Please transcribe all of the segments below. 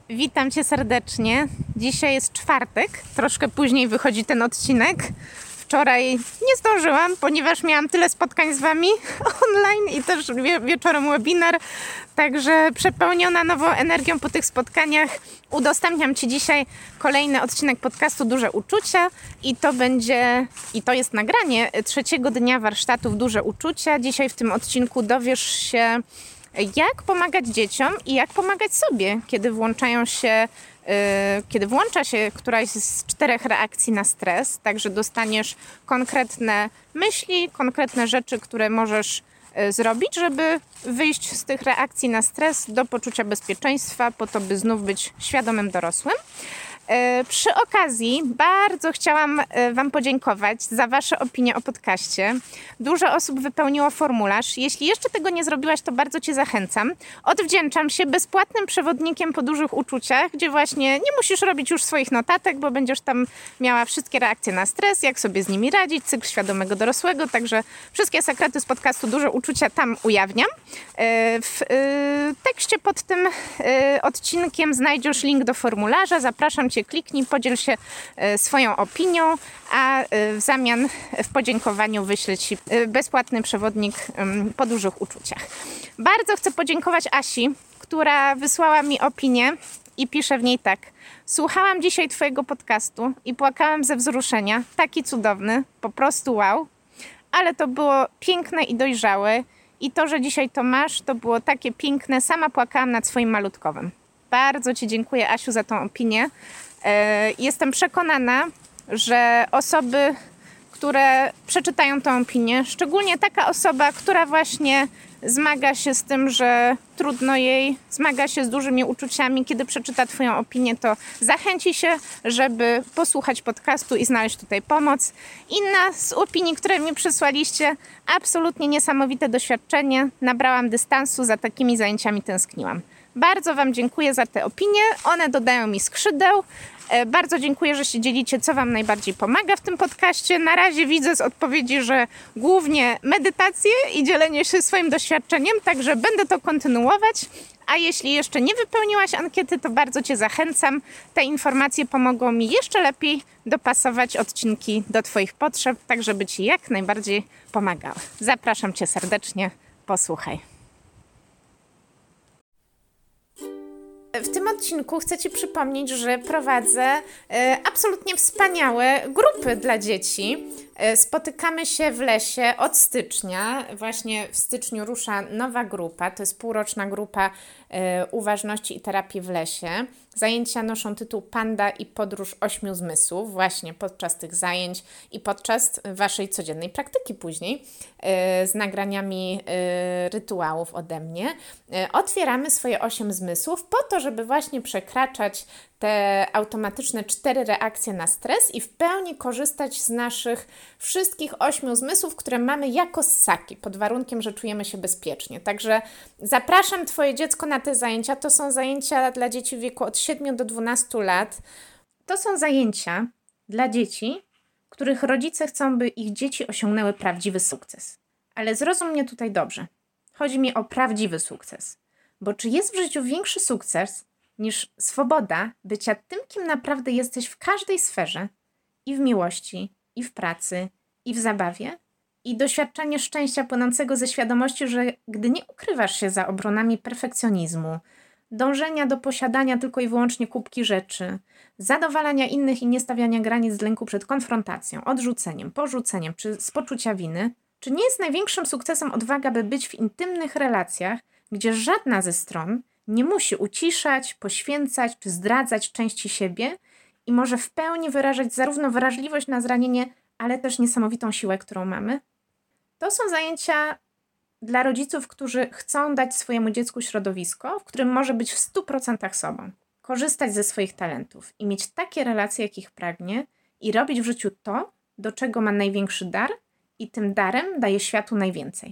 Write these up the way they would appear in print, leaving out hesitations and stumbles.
Witam Cię serdecznie. Dzisiaj jest czwartek, troszkę później wychodzi ten odcinek. Wczoraj nie zdążyłam, ponieważ miałam tyle spotkań z Wami online i też wieczorem webinar. Także przepełniona nową energią po tych spotkaniach udostępniam Ci dzisiaj kolejny odcinek podcastu Duże Uczucia i to jest nagranie trzeciego dnia warsztatów Duże Uczucia. Dzisiaj w tym odcinku dowiesz się, jak pomagać dzieciom i jak pomagać sobie, kiedy włącza się któraś z 4 reakcji na stres. Także dostaniesz konkretne myśli, konkretne rzeczy, które możesz zrobić, żeby wyjść z tych reakcji na stres do poczucia bezpieczeństwa, po to, by znów być świadomym dorosłym. Przy okazji bardzo chciałam Wam podziękować za Wasze opinie o podcaście. Dużo osób wypełniło formularz. Jeśli jeszcze tego nie zrobiłaś, to bardzo Cię zachęcam. Odwdzięczam się bezpłatnym przewodnikiem po dużych uczuciach, gdzie właśnie nie musisz robić już swoich notatek, bo będziesz tam miała wszystkie reakcje na stres, jak sobie z nimi radzić, cykl świadomego dorosłego, także wszystkie sekrety z podcastu Duże Uczucia tam ujawniam. W tekście pod tym odcinkiem znajdziesz link do formularza. Zapraszam Cię, kliknij, podziel się swoją opinią, a w zamian w podziękowaniu wyślę Ci bezpłatny przewodnik po dużych uczuciach. Bardzo chcę podziękować Asi, która wysłała mi opinię i pisze w niej tak: słuchałam dzisiaj Twojego podcastu i płakałam ze wzruszenia, taki cudowny, po prostu wow, ale to było piękne i dojrzałe i to, że dzisiaj to masz, to było takie piękne, sama płakałam nad swoim malutkowym. Bardzo Ci dziękuję, Asiu, za tą opinię. Jestem przekonana, że osoby, które przeczytają tę opinię, szczególnie taka osoba, która właśnie zmaga się z tym, że trudno jej, zmaga się z dużymi uczuciami, kiedy przeczyta Twoją opinię, to zachęci się, żeby posłuchać podcastu i znaleźć tutaj pomoc. Inna z opinii, które mi przysłaliście, absolutnie niesamowite doświadczenie. Nabrałam dystansu, za takimi zajęciami tęskniłam. Bardzo Wam dziękuję za te opinie, one dodają mi skrzydeł. Bardzo dziękuję, że się dzielicie, co Wam najbardziej pomaga w tym podcaście. Na razie widzę z odpowiedzi, że głównie medytacje i dzielenie się swoim doświadczeniem, także będę to kontynuować. A jeśli jeszcze nie wypełniłaś ankiety, to bardzo Cię zachęcam. Te informacje pomogą mi jeszcze lepiej dopasować odcinki do Twoich potrzeb, tak żeby Ci jak najbardziej pomagały. Zapraszam Cię serdecznie, posłuchaj. W tym odcinku chcę Ci przypomnieć, że prowadzę absolutnie wspaniałe grupy dla dzieci. Spotykamy się w lesie od stycznia. Właśnie w styczniu rusza nowa grupa. To jest półroczna grupa uważności i terapii w lesie. Zajęcia noszą tytuł Panda i podróż 8 zmysłów. Właśnie podczas tych zajęć i podczas Waszej codziennej praktyki później z nagraniami rytuałów ode mnie. Otwieramy swoje 8 zmysłów po to, żeby właśnie przekraczać te automatyczne 4 reakcje na stres i w pełni korzystać z naszych wszystkich 8 zmysłów, które mamy jako ssaki, pod warunkiem, że czujemy się bezpiecznie. Także zapraszam Twoje dziecko na te zajęcia. To są zajęcia dla dzieci w wieku od 7 do 12 lat. To są zajęcia dla dzieci, których rodzice chcą, by ich dzieci osiągnęły prawdziwy sukces. Ale zrozum mnie tutaj dobrze. Chodzi mi o prawdziwy sukces. Bo czy jest w życiu większy sukces niż swoboda bycia tym, kim naprawdę jesteś w każdej sferze, i w miłości, i w pracy, i w zabawie, i doświadczenie szczęścia płynącego ze świadomości, że gdy nie ukrywasz się za obronami perfekcjonizmu, dążenia do posiadania tylko i wyłącznie kubki rzeczy, zadowalania innych i niestawiania granic z lęku przed konfrontacją, odrzuceniem, porzuceniem czy z poczucia winy, czy nie jest największym sukcesem odwaga, by być w intymnych relacjach, gdzie żadna ze stron nie musi uciszać, poświęcać czy zdradzać części siebie i może w pełni wyrażać zarówno wrażliwość na zranienie, ale też niesamowitą siłę, którą mamy? To są zajęcia dla rodziców, którzy chcą dać swojemu dziecku środowisko, w którym może być w 100% sobą, korzystać ze swoich talentów i mieć takie relacje, jakich pragnie i robić w życiu to, do czego ma największy dar i tym darem daje światu najwięcej.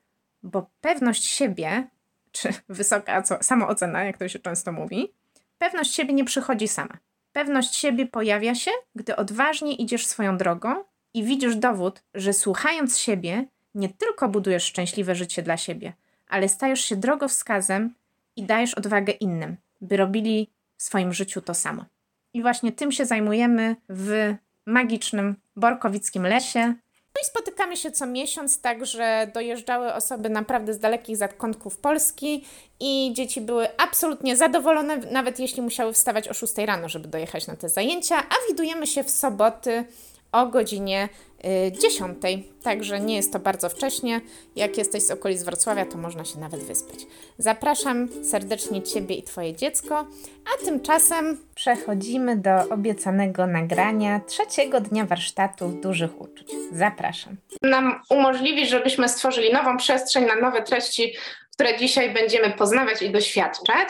Bo pewność siebie, czy wysoka samoocena, jak to się często mówi, pewność siebie nie przychodzi sama. Pewność siebie pojawia się, gdy odważnie idziesz swoją drogą i widzisz dowód, że słuchając siebie nie tylko budujesz szczęśliwe życie dla siebie, ale stajesz się drogowskazem i dajesz odwagę innym, by robili w swoim życiu to samo. I właśnie tym się zajmujemy w magicznym Borkowickim Lesie. No i spotykamy się co miesiąc, także dojeżdżały osoby naprawdę z dalekich zakątków Polski i dzieci były absolutnie zadowolone, nawet jeśli musiały wstawać o 6 rano, żeby dojechać na te zajęcia, a widujemy się w soboty o godzinie 10. Także nie jest to bardzo wcześnie. Jak jesteś z okolic Wrocławia, to można się nawet wyspać. Zapraszam serdecznie Ciebie i Twoje dziecko, a tymczasem przechodzimy do obiecanego nagrania 3. dnia warsztatów dużych uczuć. Zapraszam. Nam umożliwi, żebyśmy stworzyli nową przestrzeń na nowe treści, które dzisiaj będziemy poznawać i doświadczać.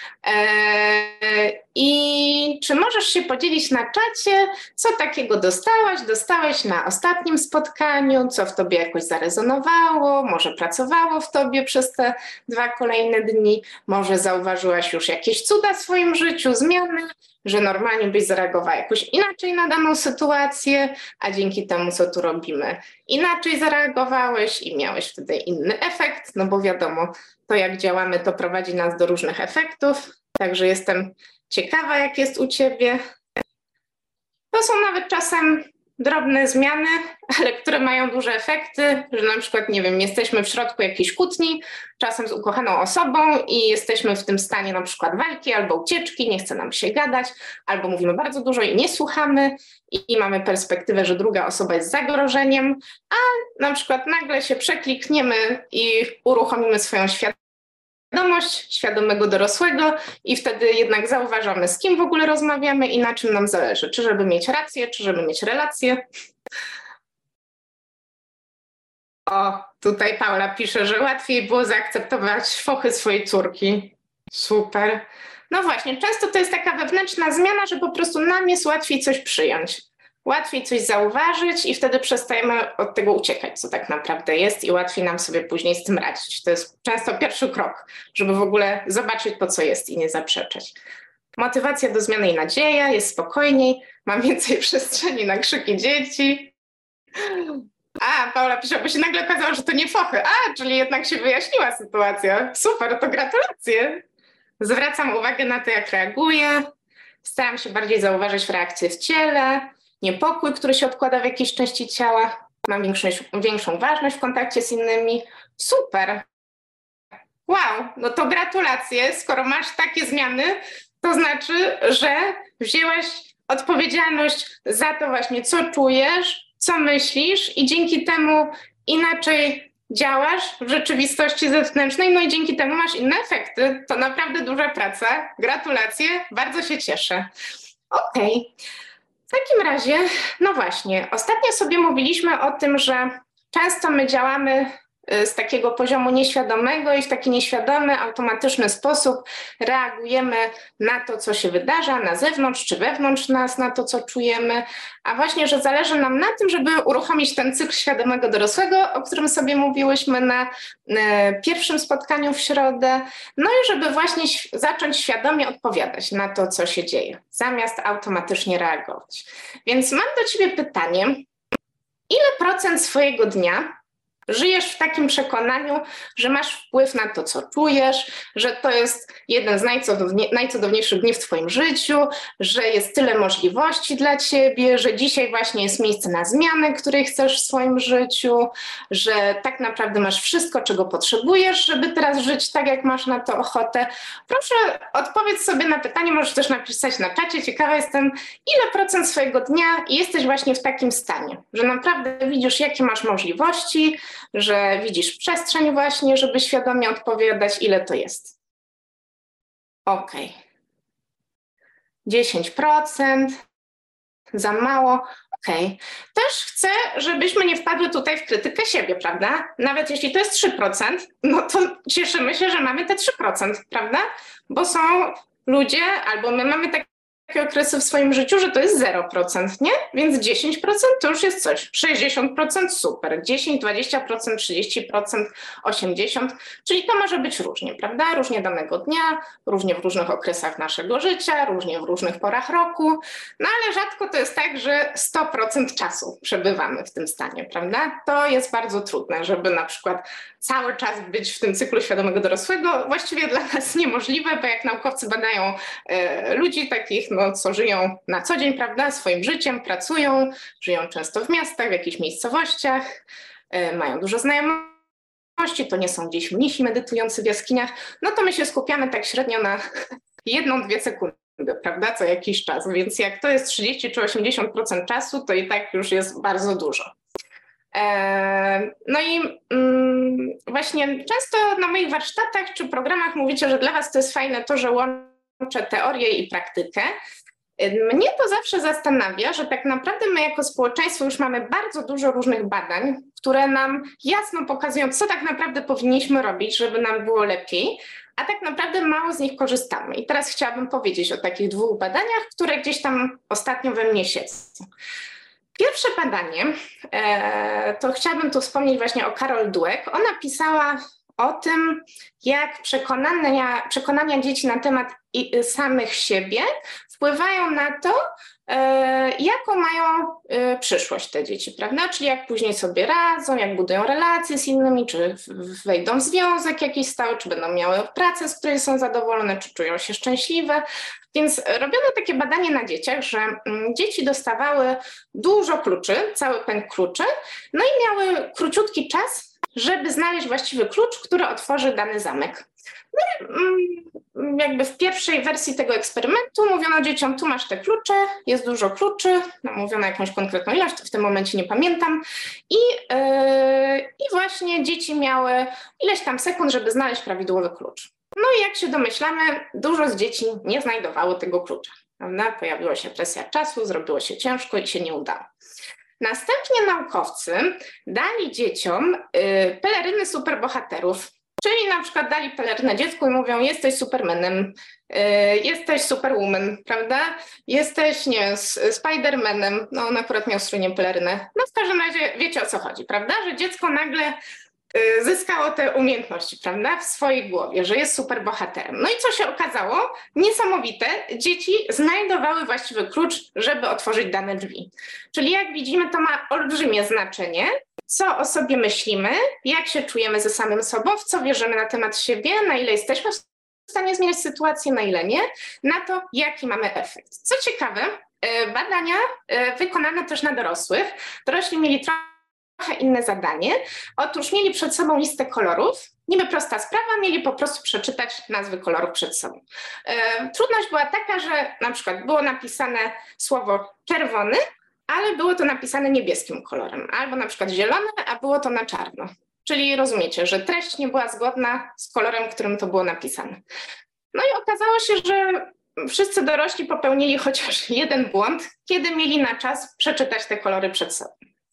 I czy możesz się podzielić na czacie, co takiego dostałeś na ostatnim spotkaniu, co w tobie jakoś zarezonowało, może pracowało w tobie przez te 2 kolejne dni, może zauważyłaś już jakieś cuda w swoim życiu, zmiany, że normalnie byś zareagowała jakoś inaczej na daną sytuację, a dzięki temu, co tu robimy, inaczej zareagowałeś i miałeś wtedy inny efekt, no bo wiadomo, to jak działamy, to prowadzi nas do różnych efektów, także jestem ciekawa, jak jest u Ciebie. To są nawet czasem drobne zmiany, ale które mają duże efekty, że na przykład, nie wiem, jesteśmy w środku jakiejś kłótni, czasem z ukochaną osobą i jesteśmy w tym stanie na przykład walki albo ucieczki, nie chce nam się gadać, albo mówimy bardzo dużo i nie słuchamy i mamy perspektywę, że druga osoba jest zagrożeniem, a na przykład nagle się przeklikniemy i uruchomimy swoją świadomość świadomego dorosłego i wtedy jednak zauważamy, z kim w ogóle rozmawiamy i na czym nam zależy. Czy żeby mieć rację, czy żeby mieć relację. O, tutaj Paula pisze, że łatwiej było zaakceptować fochy swojej córki. Super. No właśnie, często to jest taka wewnętrzna zmiana, że po prostu nam jest łatwiej coś przyjąć. Łatwiej coś zauważyć i wtedy przestajemy od tego uciekać, co tak naprawdę jest i łatwiej nam sobie później z tym radzić. To jest często pierwszy krok, żeby w ogóle zobaczyć to, co jest i nie zaprzeczać. Motywacja do zmiany i nadzieja, jest spokojniej, mam więcej przestrzeni na krzyki dzieci. A, Paula pisze, bo się nagle okazało, że to nie fochy. A, czyli jednak się wyjaśniła sytuacja. Super, to gratulacje. Zwracam uwagę na to, jak reaguję. Staram się bardziej zauważyć reakcje w ciele, niepokój, który się odkłada w jakiejś części ciała. Mam większą ważność w kontakcie z innymi. Super. Wow, no to gratulacje. Skoro masz takie zmiany, to znaczy, że wzięłaś odpowiedzialność za to właśnie, co czujesz, co myślisz i dzięki temu inaczej działasz w rzeczywistości zewnętrznej, no i dzięki temu masz inne efekty. To naprawdę duża praca. Gratulacje, bardzo się cieszę. Okej. W takim razie, no właśnie, ostatnio sobie mówiliśmy o tym, że często my działamy z takiego poziomu nieświadomego i w taki nieświadomy, automatyczny sposób reagujemy na to, co się wydarza na zewnątrz czy wewnątrz nas, na to, co czujemy, a właśnie, że zależy nam na tym, żeby uruchomić ten cykl świadomego dorosłego, o którym sobie mówiłyśmy na pierwszym spotkaniu w środę, no i żeby właśnie zacząć świadomie odpowiadać na to, co się dzieje, zamiast automatycznie reagować. Więc mam do Ciebie pytanie, ile procent swojego dnia żyjesz w takim przekonaniu, że masz wpływ na to, co czujesz, że to jest jeden z najcudowniejszych dni w Twoim życiu, że jest tyle możliwości dla Ciebie, że dzisiaj właśnie jest miejsce na zmiany, której chcesz w swoim życiu, że tak naprawdę masz wszystko, czego potrzebujesz, żeby teraz żyć tak, jak masz na to ochotę. Proszę, odpowiedz sobie na pytanie, możesz też napisać na czacie. Ciekawa jestem, ile procent swojego dnia jesteś właśnie w takim stanie, że naprawdę widzisz, jakie masz możliwości, że widzisz przestrzeń właśnie, żeby świadomie odpowiadać, ile to jest. Okej. 10%. Za mało. Okej. Też chcę, żebyśmy nie wpadły tutaj w krytykę siebie, prawda? Nawet jeśli to jest 3%, no to cieszymy się, że mamy te 3%, prawda? Bo są ludzie, albo my mamy takie okresy w swoim życiu, że to jest 0%, nie? Więc 10% to już jest coś. 60% super. 10, 20%, 30%, 80%. Czyli to może być różnie, prawda? Różnie danego dnia, różnie w różnych okresach naszego życia, różnie w różnych porach roku. No ale rzadko to jest tak, że 100% czasu przebywamy w tym stanie, prawda? To jest bardzo trudne, żeby na przykład cały czas być w tym cyklu świadomego dorosłego właściwie dla nas niemożliwe, bo jak naukowcy badają ludzi takich, no, co żyją na co dzień, prawda, swoim życiem, pracują, żyją często w miastach, w jakichś miejscowościach, mają dużo znajomości, to nie są gdzieś mnisi medytujący w jaskiniach, no to my się skupiamy tak średnio na 1-2 sekundy, prawda, co jakiś czas, więc jak to jest 30 czy 80% czasu, to i tak już jest bardzo dużo. No i właśnie często na moich warsztatach czy programach mówicie, że dla was to jest fajne to, że łączę teorię i praktykę. Mnie to zawsze zastanawia, że tak naprawdę my jako społeczeństwo już mamy bardzo dużo różnych badań, które nam jasno pokazują, co tak naprawdę powinniśmy robić, żeby nam było lepiej, a tak naprawdę mało z nich korzystamy. I teraz chciałabym powiedzieć o takich 2 badaniach, które gdzieś tam ostatnio we mnie siedzą. Pierwsze badanie, to chciałabym tu wspomnieć właśnie o Carol Dweck. Ona pisała o tym, jak przekonania dzieci na temat samych siebie wpływają na to, jaką mają przyszłość te dzieci, prawda? Czyli jak później sobie radzą, jak budują relacje z innymi, czy wejdą w związek jakiś stały, czy będą miały pracę, z której są zadowolone, czy czują się szczęśliwe. Więc robiono takie badanie na dzieciach, że dzieci dostawały dużo kluczy, cały pęk kluczy, no i miały króciutki czas, żeby znaleźć właściwy klucz, który otworzy dany zamek. No i jakby w pierwszej wersji tego eksperymentu mówiono dzieciom, tu masz te klucze, jest dużo kluczy, no mówiono jakąś konkretną ilość, w tym momencie nie pamiętam. I właśnie dzieci miały ileś tam sekund, żeby znaleźć prawidłowy klucz. No i jak się domyślamy, dużo z dzieci nie znajdowało tego klucza, prawda? Pojawiła się presja czasu, zrobiło się ciężko i się nie udało. Następnie naukowcy dali dzieciom peleryny superbohaterów, czyli na przykład dali pelerynę dziecku i mówią, jesteś supermanem, jesteś superwoman, prawda? Jesteś, nie wiem, Spidermanem, no on akurat miał strój, pelerynę. No w każdym razie wiecie, o co chodzi, prawda? Że dziecko nagle zyskało te umiejętności, prawda, w swojej głowie, że jest superbohaterem. No i co się okazało? Niesamowite, dzieci znajdowały właściwy klucz, żeby otworzyć dane drzwi. Czyli jak widzimy, to ma olbrzymie znaczenie, co o sobie myślimy, jak się czujemy ze samym sobą, w co wierzymy na temat siebie, na ile jesteśmy w stanie zmieniać sytuację, na ile nie, na to, jaki mamy efekt. Co ciekawe, badania wykonane też na dorosłych. Dorośli mieli trochę inne zadanie. Otóż mieli przed sobą listę kolorów, niby prosta sprawa, mieli po prostu przeczytać nazwy kolorów przed sobą. Trudność była taka, że na przykład było napisane słowo czerwony, ale było to napisane niebieskim kolorem, albo na przykład zielone, a było to na czarno. Czyli rozumiecie, że treść nie była zgodna z kolorem, którym to było napisane. No i okazało się, że wszyscy dorośli popełnili chociaż jeden błąd, kiedy mieli na czas przeczytać te kolory przed sobą.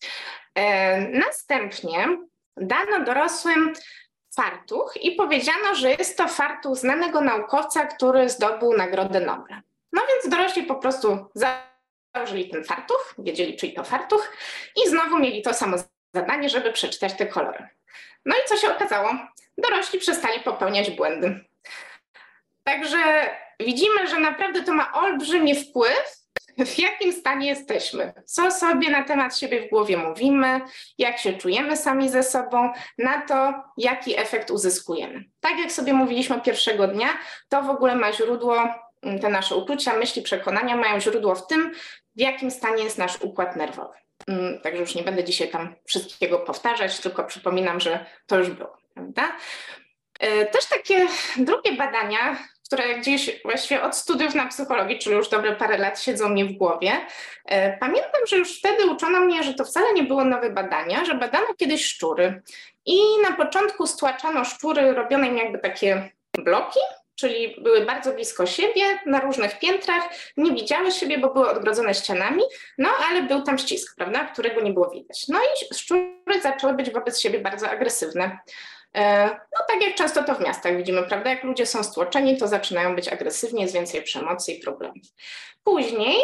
Następnie dano dorosłym fartuch i powiedziano, że jest to fartuch znanego naukowca, który zdobył Nagrodę Nobla. No więc dorośli po prostu założyli ten fartuch, wiedzieli, czyj to fartuch i znowu mieli to samo zadanie, żeby przeczytać te kolory. No i co się okazało? Dorośli przestali popełniać błędy. Także widzimy, że naprawdę to ma olbrzymi wpływ, w jakim stanie jesteśmy, co sobie na temat siebie w głowie mówimy, jak się czujemy sami ze sobą, na to, jaki efekt uzyskujemy. Tak jak sobie mówiliśmy pierwszego dnia, to w ogóle ma źródło, te nasze uczucia, myśli, przekonania mają źródło w tym, w jakim stanie jest nasz układ nerwowy. Także już nie będę dzisiaj tam wszystkiego powtarzać, tylko przypominam, że to już było, prawda? Też takie drugie badania, które gdzieś właściwie od studiów na psychologii, czyli już dobre parę lat siedzą mi w głowie. Pamiętam, że już wtedy uczono mnie, że to wcale nie były nowe badania, że badano kiedyś szczury i na początku stłaczano szczury, robiono im jakby takie bloki, czyli były bardzo blisko siebie, na różnych piętrach, nie widziały siebie, bo były odgrodzone ścianami, no ale był tam ścisk, prawda, którego nie było widać. No i szczury zaczęły być wobec siebie bardzo agresywne. No tak jak często to w miastach widzimy, prawda, jak ludzie są stłoczeni, to zaczynają być agresywni, jest więcej przemocy i problemów. Później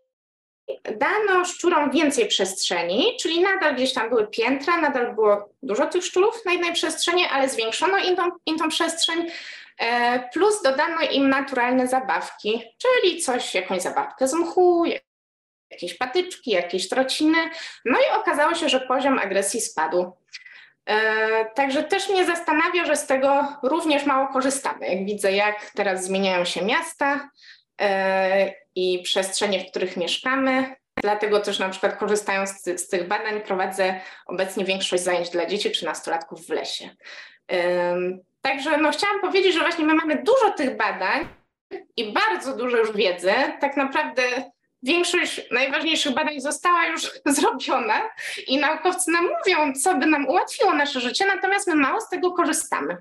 dano szczurom więcej przestrzeni, czyli nadal gdzieś tam były piętra, nadal było dużo tych szczurów na jednej przestrzeni, ale zwiększono im tą przestrzeń, plus dodano im naturalne zabawki, czyli coś, jakąś zabawkę z mchu, jakieś patyczki, jakieś trociny, no i okazało się, że poziom agresji spadł. Także też mnie zastanawia, że z tego również mało korzystamy. Jak widzę, jak teraz zmieniają się miasta i przestrzenie, w których mieszkamy. Dlatego też na przykład korzystając z tych badań prowadzę obecnie większość zajęć dla dzieci czy nastolatków w lesie. Także chciałam powiedzieć, że właśnie my mamy dużo tych badań i bardzo dużo już wiedzy. Tak naprawdę większość najważniejszych badań została już zrobiona i naukowcy nam mówią, co by nam ułatwiło nasze życie, natomiast my mało z tego korzystamy.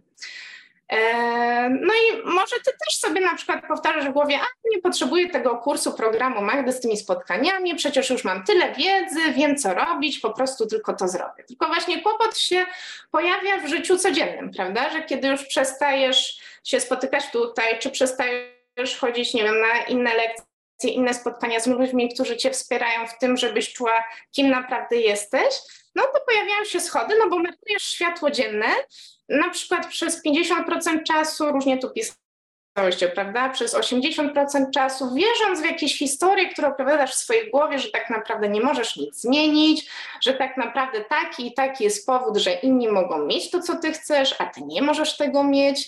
No i może ty też sobie na przykład powtarzasz w głowie, nie potrzebuję tego kursu programu Magdy z tymi spotkaniami, przecież już mam tyle wiedzy, wiem co robić, po prostu tylko to zrobię. Tylko właśnie kłopot się pojawia w życiu codziennym, prawda, że kiedy już przestajesz się spotykać tutaj, czy przestajesz chodzić, nie wiem, na inne lekcje, inne spotkania z ludźmi, którzy cię wspierają w tym, żebyś czuła, kim naprawdę jesteś, no to pojawiają się schody, no bo marnujesz światło dzienne, na przykład przez 50% czasu, różnie tu pisałeś, prawda, przez 80% czasu, wierząc w jakieś historie, które opowiadasz w swojej głowie, że tak naprawdę nie możesz nic zmienić, że tak naprawdę taki i taki jest powód, że inni mogą mieć to, co ty chcesz, a ty nie możesz tego mieć.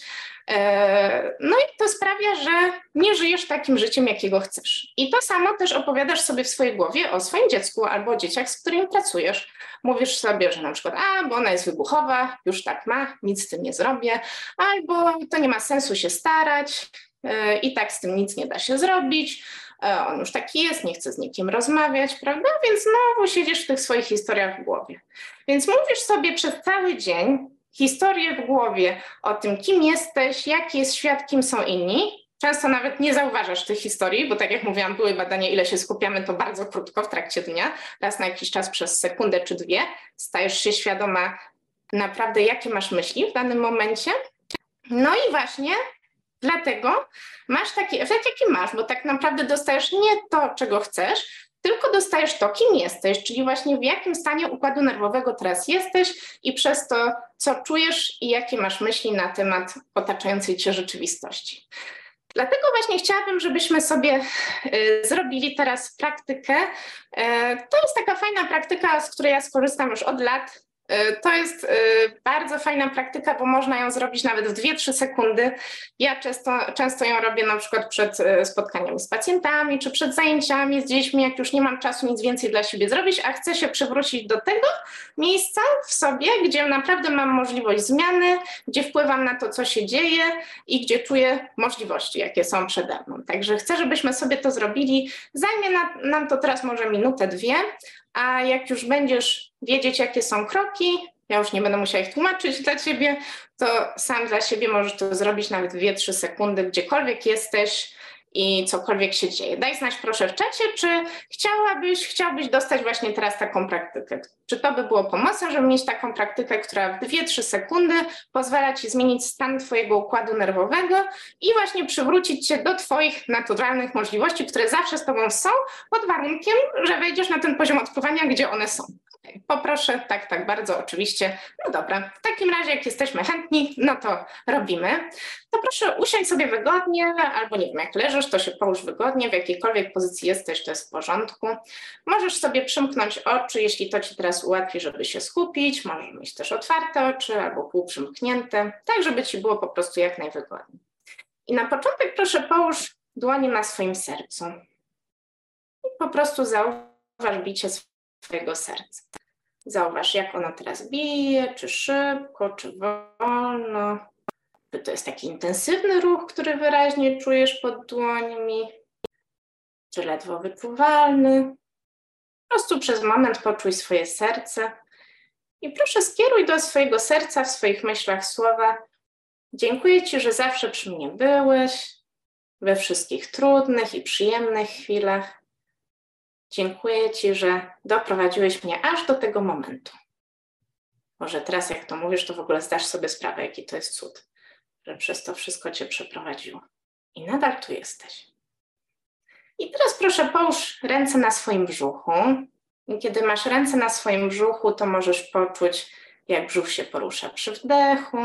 No i to sprawia, że nie żyjesz takim życiem, jakiego chcesz. I to samo też opowiadasz sobie w swojej głowie o swoim dziecku albo o dzieciach, z którymi pracujesz. Mówisz sobie, że na przykład, bo ona jest wybuchowa, już tak ma, nic z tym nie zrobię, albo to nie ma sensu się starać, i tak z tym nic nie da się zrobić, on już taki jest, nie chce z nikim rozmawiać, prawda? Więc znowu siedzisz w tych swoich historiach w głowie. Więc mówisz sobie przez cały dzień historię w głowie o tym, kim jesteś, jaki jest świat, kim są inni. Często nawet nie zauważasz tych historii, bo tak jak mówiłam, były badania, ile się skupiamy, to bardzo krótko w trakcie dnia, raz na jakiś czas przez sekundę czy dwie, stajesz się świadoma naprawdę, jakie masz myśli w danym momencie. No i właśnie dlatego masz taki efekt, jaki masz, bo tak naprawdę dostajesz nie to, czego chcesz, tylko dostajesz to, kim jesteś, czyli właśnie w jakim stanie układu nerwowego teraz jesteś i przez to, co czujesz i jakie masz myśli na temat otaczającej cię rzeczywistości. Dlatego właśnie chciałabym, żebyśmy sobie zrobili teraz praktykę. To jest taka fajna praktyka, z której ja skorzystam już od lat. To jest bardzo fajna praktyka, bo można ją zrobić nawet w 2-3 sekundy. Ja często ją robię na przykład przed spotkaniami z pacjentami, czy przed zajęciami z dziećmi, jak już nie mam czasu nic więcej dla siebie zrobić, a chcę się przywrócić do tego miejsca w sobie, gdzie naprawdę mam możliwość zmiany, gdzie wpływam na to, co się dzieje i gdzie czuję możliwości, jakie są przede mną. Także chcę, żebyśmy sobie to zrobili. Zajmie nam to teraz może minutę, dwie, a jak już będziesz wiedzieć, jakie są kroki, ja już nie będę musiała ich tłumaczyć dla ciebie, to sam dla siebie możesz to zrobić nawet 2-3 sekundy, gdziekolwiek jesteś i cokolwiek się dzieje. Daj znać proszę w czacie, czy chciałbyś dostać właśnie teraz taką praktykę. Czy to by było pomocne, żeby mieć taką praktykę, która w 2-3 sekundy pozwala ci zmienić stan twojego układu nerwowego i właśnie przywrócić cię do twoich naturalnych możliwości, które zawsze z tobą są, pod warunkiem, że wejdziesz na ten poziom odpływania, gdzie one są. Poproszę, tak, bardzo oczywiście. No dobra, w takim razie jak jesteśmy chętni, no to robimy. To proszę usiądź sobie wygodnie, albo nie wiem, jak leżysz, to się połóż wygodnie, w jakiejkolwiek pozycji jesteś, to jest w porządku. Możesz sobie przymknąć oczy, jeśli to ci teraz ułatwi, żeby się skupić. Możesz mieć też otwarte oczy albo półprzymknięte, tak żeby ci było po prostu jak najwygodniej. I na początek proszę połóż dłonie na swoim sercu. I po prostu zauważ bicie swojego serca. Zauważ, jak ono teraz bije, czy szybko, czy wolno. Czy to jest taki intensywny ruch, który wyraźnie czujesz pod dłońmi, czy ledwo wyczuwalny. Po prostu przez moment poczuj swoje serce i proszę skieruj do swojego serca w swoich myślach słowa: dziękuję ci, że zawsze przy mnie byłeś, we wszystkich trudnych i przyjemnych chwilach. Dziękuję ci, że doprowadziłeś mnie aż do tego momentu. Może teraz, jak to mówisz, to w ogóle zdasz sobie sprawę, jaki to jest cud, że przez to wszystko cię przeprowadziło. I nadal tu jesteś. I teraz proszę połóż ręce na swoim brzuchu. I kiedy masz ręce na swoim brzuchu, to możesz poczuć, jak brzuch się porusza przy wdechu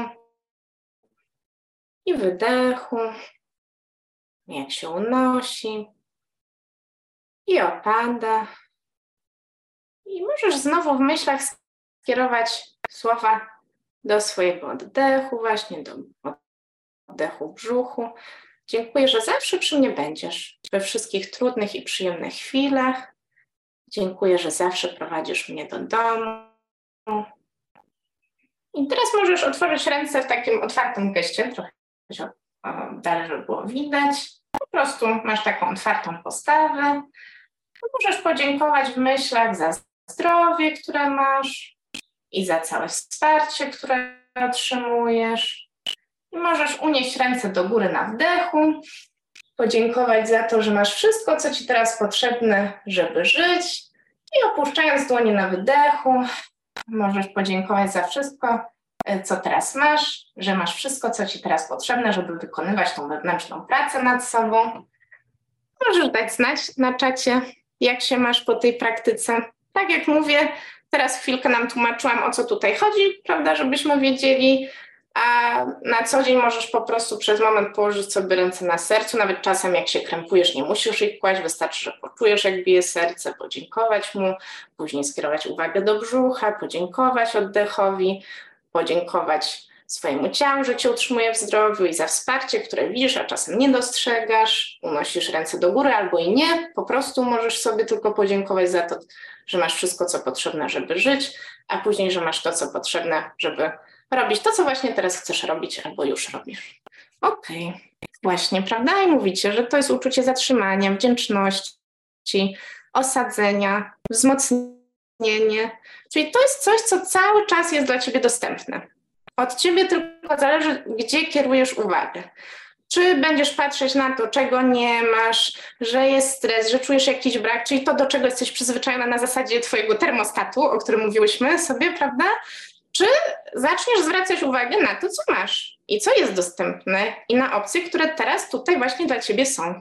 i wydechu, jak się unosi i opada. I możesz znowu w myślach skierować słowa do swojego oddechu, właśnie do oddechu w brzuchu. Dziękuję, że zawsze przy mnie będziesz we wszystkich trudnych i przyjemnych chwilach. Dziękuję, że zawsze prowadzisz mnie do domu. I teraz możesz otworzyć ręce w takim otwartym geście, trochę się dalej, żeby było widać. Po prostu masz taką otwartą postawę. Możesz podziękować w myślach za zdrowie, które masz i za całe wsparcie, które otrzymujesz. I możesz unieść ręce do góry na wdechu, podziękować za to, że masz wszystko, co ci teraz potrzebne, żeby żyć. I opuszczając dłonie na wydechu, możesz podziękować za wszystko, co teraz masz, że masz wszystko, co ci teraz potrzebne, żeby wykonywać tą wewnętrzną pracę nad sobą. Możesz dać znać na czacie, jak się masz po tej praktyce. Tak jak mówię, teraz chwilkę nam tłumaczyłam, o co tutaj chodzi, prawda, żebyśmy wiedzieli, a na co dzień możesz po prostu przez moment położyć sobie ręce na sercu, nawet czasem jak się krępujesz, nie musisz ich kłaść, wystarczy, że poczujesz, jak bije serce, podziękować mu, później skierować uwagę do brzucha, podziękować oddechowi, podziękować swojemu ciału, że cię utrzymuje w zdrowiu i za wsparcie, które widzisz, a czasem nie dostrzegasz, unosisz ręce do góry albo i nie, po prostu możesz sobie tylko podziękować za to, że masz wszystko, co potrzebne, żeby żyć, a później, że masz to, co potrzebne, żeby robić to, co właśnie teraz chcesz robić albo już robisz. Okej. Właśnie, prawda? I mówicie, że to jest uczucie zatrzymania, wdzięczności, osadzenia, wzmocnienie. Czyli to jest coś, co cały czas jest dla ciebie dostępne. Od ciebie tylko zależy, gdzie kierujesz uwagę. Czy będziesz patrzeć na to, czego nie masz, że jest stres, że czujesz jakiś brak, czyli to, do czego jesteś przyzwyczajona na zasadzie twojego termostatu, o którym mówiłyśmy sobie, prawda? Czy zaczniesz zwracać uwagę na to, co masz i co jest dostępne i na opcje, które teraz tutaj właśnie dla ciebie są.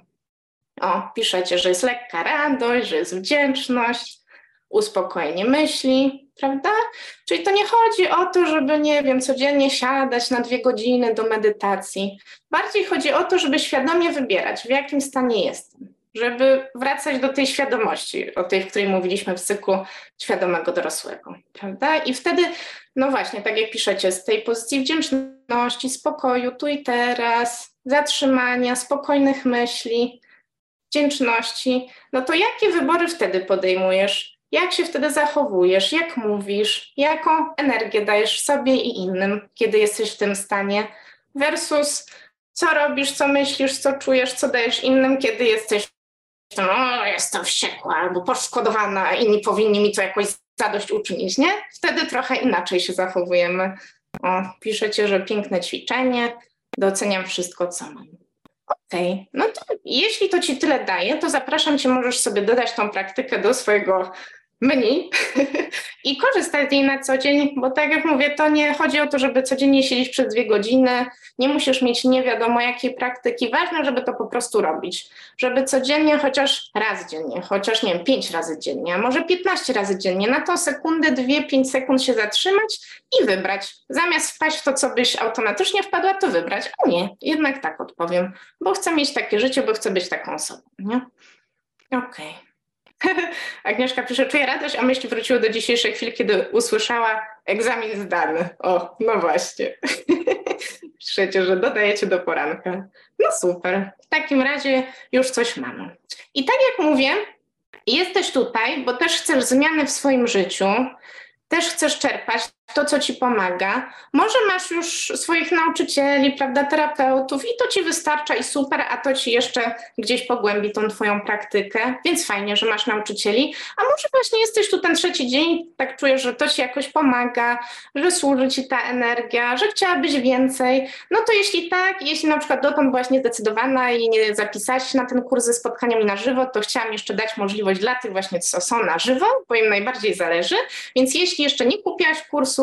O, piszecie, że jest lekka radość, że jest wdzięczność, uspokojenie myśli, prawda? Czyli to nie chodzi o to, żeby, nie wiem, codziennie siadać na 2 godziny do medytacji. Bardziej chodzi o to, żeby świadomie wybierać, w jakim stanie jestem. Żeby wracać do tej świadomości, o tej, w której mówiliśmy w cyklu świadomego dorosłego, prawda? I wtedy, no właśnie, tak jak piszecie, z tej pozycji wdzięczności, spokoju, tu i teraz, zatrzymania, spokojnych myśli, wdzięczności, no to jakie wybory wtedy podejmujesz? Jak się wtedy zachowujesz? Jak mówisz? Jaką energię dajesz sobie i innym, kiedy jesteś w tym stanie? Versus co robisz, co myślisz, co czujesz, co dajesz innym, kiedy jesteś jestem wściekła albo poszkodowana, inni powinni mi to jakoś zadośćuczynić, nie? Wtedy trochę inaczej się zachowujemy. O, piszecie, że piękne ćwiczenie, doceniam wszystko, co mam. Okej, no to jeśli to ci tyle daje, to zapraszam cię, możesz sobie dodać tą praktykę do swojego menu i korzystać z niej na co dzień, bo tak jak mówię, to nie chodzi o to, żeby codziennie siedzieć przez 2 godziny, nie musisz mieć nie wiadomo jakiej praktyki, ważne, żeby to po prostu robić, żeby codziennie chociaż raz dziennie, chociaż nie wiem, 5 razy dziennie, a może 15 razy dziennie, na tą sekundę, 2-5 sekund się zatrzymać i wybrać. Zamiast wpaść w to, co byś automatycznie wpadła, to wybrać, a nie, jednak tak odpowiem, bo chcę mieć takie życie, bo chcę być taką osobą, nie? Okej. Agnieszka pisze, czuję radość, a myśli wróciły do dzisiejszej chwili, kiedy usłyszała egzamin zdany. O, no właśnie. Piszecie, że dodajecie do poranka. No super. W takim razie już coś mamy. I tak jak mówię, jesteś tutaj, bo też chcesz zmiany w swoim życiu, też chcesz czerpać to, co ci pomaga. Może masz już swoich nauczycieli, prawda, terapeutów i to ci wystarcza i super, a to ci jeszcze gdzieś pogłębi tą twoją praktykę, więc fajnie, że masz nauczycieli. A może właśnie jesteś tu ten 3. dzień, tak czujesz, że to ci jakoś pomaga, że służy ci ta energia, że chciałabyś więcej. No to jeśli tak, jeśli na przykład dotąd byłaś niezdecydowana i nie zapisałaś się na ten kurs ze spotkaniami na żywo, to chciałam jeszcze dać możliwość dla tych właśnie, co są na żywo, bo im najbardziej zależy. Więc jeśli jeszcze nie kupiłaś kursu,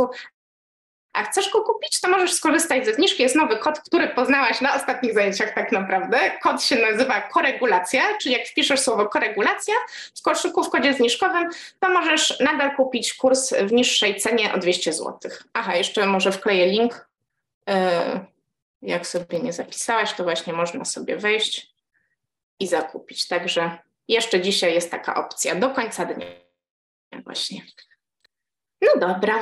a chcesz go kupić, to możesz skorzystać ze zniżki. Jest nowy kod, który poznałaś na ostatnich zajęciach tak naprawdę. Kod się nazywa koregulacja, czyli jak wpiszesz słowo koregulacja w koszyku w kodzie zniżkowym, to możesz nadal kupić kurs w niższej cenie o 200 zł. Aha, jeszcze może wkleję link. Jak sobie nie zapisałaś, to właśnie można sobie wejść i zakupić. Także jeszcze dzisiaj jest taka opcja do końca dnia właśnie. No dobra.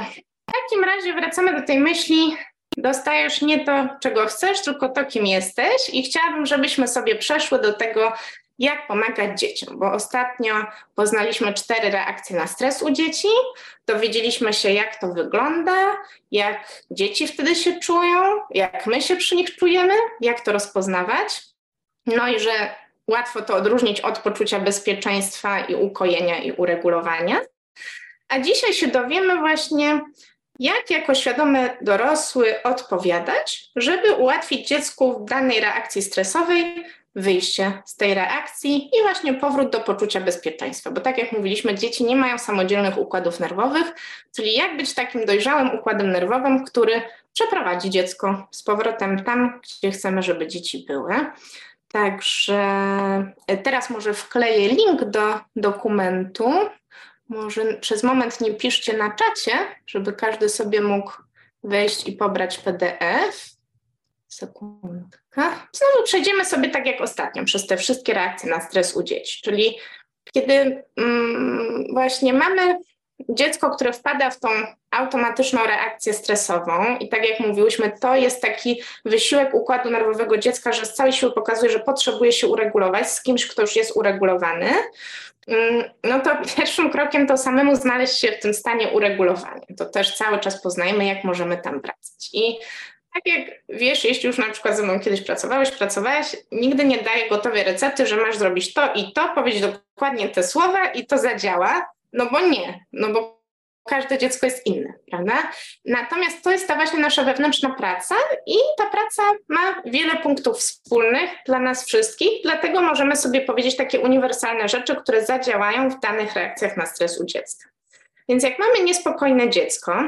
W takim razie wracamy do tej myśli, dostajesz nie to, czego chcesz, tylko to, kim jesteś i chciałabym, żebyśmy sobie przeszły do tego, jak pomagać dzieciom, bo ostatnio poznaliśmy 4 reakcje na stres u dzieci, dowiedzieliśmy się, jak to wygląda, jak dzieci wtedy się czują, jak my się przy nich czujemy, jak to rozpoznawać, no i że łatwo to odróżnić od poczucia bezpieczeństwa i ukojenia i uregulowania. A dzisiaj się dowiemy właśnie, jak jako świadomy dorosły odpowiadać, żeby ułatwić dziecku w danej reakcji stresowej wyjście z tej reakcji i właśnie powrót do poczucia bezpieczeństwa. Bo tak jak mówiliśmy, dzieci nie mają samodzielnych układów nerwowych, czyli jak być takim dojrzałym układem nerwowym, który przeprowadzi dziecko z powrotem tam, gdzie chcemy, żeby dzieci były. Także teraz może wkleję link do dokumentu. Może przez moment nie piszcie na czacie, żeby każdy sobie mógł wejść i pobrać PDF. Sekundka. Znowu przejdziemy sobie tak jak ostatnio przez te wszystkie reakcje na stres u dzieci. Czyli kiedy właśnie mamy dziecko, które wpada w tą automatyczną reakcję stresową i tak jak mówiłyśmy, to jest taki wysiłek układu nerwowego dziecka, że z całej siły pokazuje, że potrzebuje się uregulować z kimś, kto już jest uregulowany, no to pierwszym krokiem to samemu znaleźć się w tym stanie uregulowania. To też cały czas poznajemy, jak możemy tam wracać. I tak jak wiesz, jeśli już na przykład ze mną kiedyś pracowałaś, nigdy nie daję gotowej recepty, że masz zrobić to i to, powiedzieć dokładnie te słowa i to zadziała, no bo nie, no bo każde dziecko jest inne, prawda? Natomiast to jest ta właśnie nasza wewnętrzna praca i ta praca ma wiele punktów wspólnych dla nas wszystkich, dlatego możemy sobie powiedzieć takie uniwersalne rzeczy, które zadziałają w danych reakcjach na stres u dziecka. Więc jak mamy niespokojne dziecko,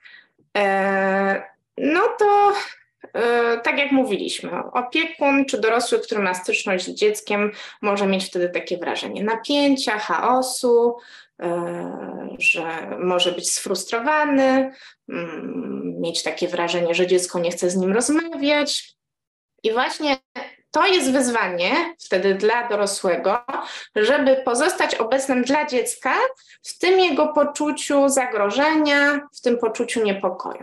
no to tak jak mówiliśmy, opiekun czy dorosły, który ma styczność z dzieckiem, może mieć wtedy takie wrażenie napięcia, chaosu, że może być sfrustrowany, mieć takie wrażenie, że dziecko nie chce z nim rozmawiać. I właśnie to jest wyzwanie wtedy dla dorosłego, żeby pozostać obecnym dla dziecka w tym jego poczuciu zagrożenia, w tym poczuciu niepokoju.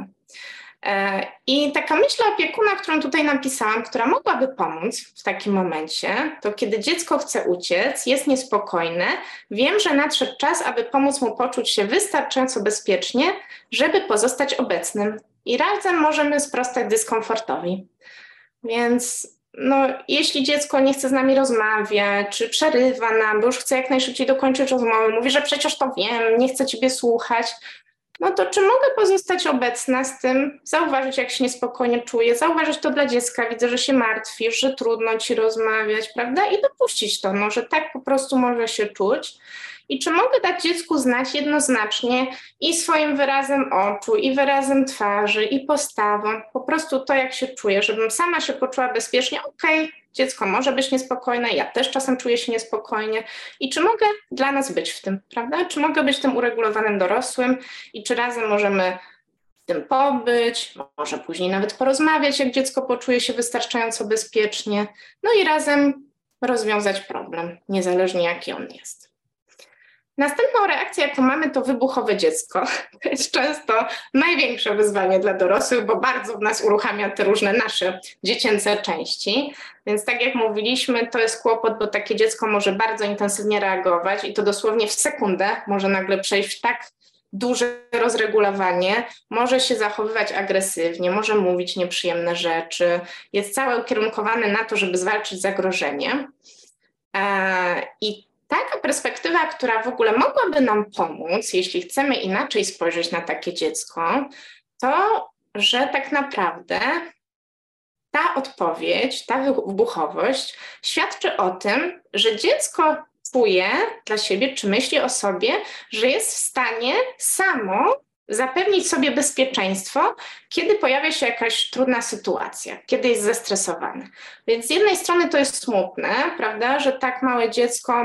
I taka myśl opiekuna, którą tutaj napisałam, która mogłaby pomóc w takim momencie, to kiedy dziecko chce uciec, jest niespokojne, wiem, że nadszedł czas, aby pomóc mu poczuć się wystarczająco bezpiecznie, żeby pozostać obecnym i razem możemy sprostać dyskomfortowi. Więc jeśli dziecko nie chce z nami rozmawiać, czy przerywa nam, bo już chce jak najszybciej dokończyć rozmowę, mówi, że przecież to wiem, nie chcę ciebie słuchać, no to czy mogę pozostać obecna z tym, zauważyć, jak się niespokojnie czuję, zauważyć to dla dziecka, widzę, że się martwisz, że trudno ci rozmawiać, prawda? I dopuścić to, że tak po prostu może się czuć. I czy mogę dać dziecku znać jednoznacznie i swoim wyrazem oczu, i wyrazem twarzy, i postawą, po prostu to, jak się czuję, żebym sama się poczuła bezpiecznie, okej, dziecko może być niespokojne, ja też czasem czuję się niespokojnie i czy mogę dla nas być w tym, prawda? Czy mogę być tym uregulowanym dorosłym i czy razem możemy w tym pobyć, może później nawet porozmawiać, jak dziecko poczuje się wystarczająco bezpiecznie, no i razem rozwiązać problem, niezależnie jaki on jest. Następną reakcję, jaką mamy, to wybuchowe dziecko. To jest często największe wyzwanie dla dorosłych, bo bardzo w nas uruchamia te różne nasze dziecięce części. Więc tak jak mówiliśmy, to jest kłopot, bo takie dziecko może bardzo intensywnie reagować i to dosłownie w sekundę może nagle przejść w tak duże rozregulowanie, może się zachowywać agresywnie, może mówić nieprzyjemne rzeczy, jest całe ukierunkowane na to, żeby zwalczyć zagrożenie. I taka perspektywa, która w ogóle mogłaby nam pomóc, jeśli chcemy inaczej spojrzeć na takie dziecko, to, że tak naprawdę ta odpowiedź, ta wybuchowość świadczy o tym, że dziecko czuje dla siebie, czy myśli o sobie, że jest w stanie samo zapewnić sobie bezpieczeństwo, kiedy pojawia się jakaś trudna sytuacja, kiedy jest zestresowane. Więc z jednej strony to jest smutne, prawda, że tak małe dziecko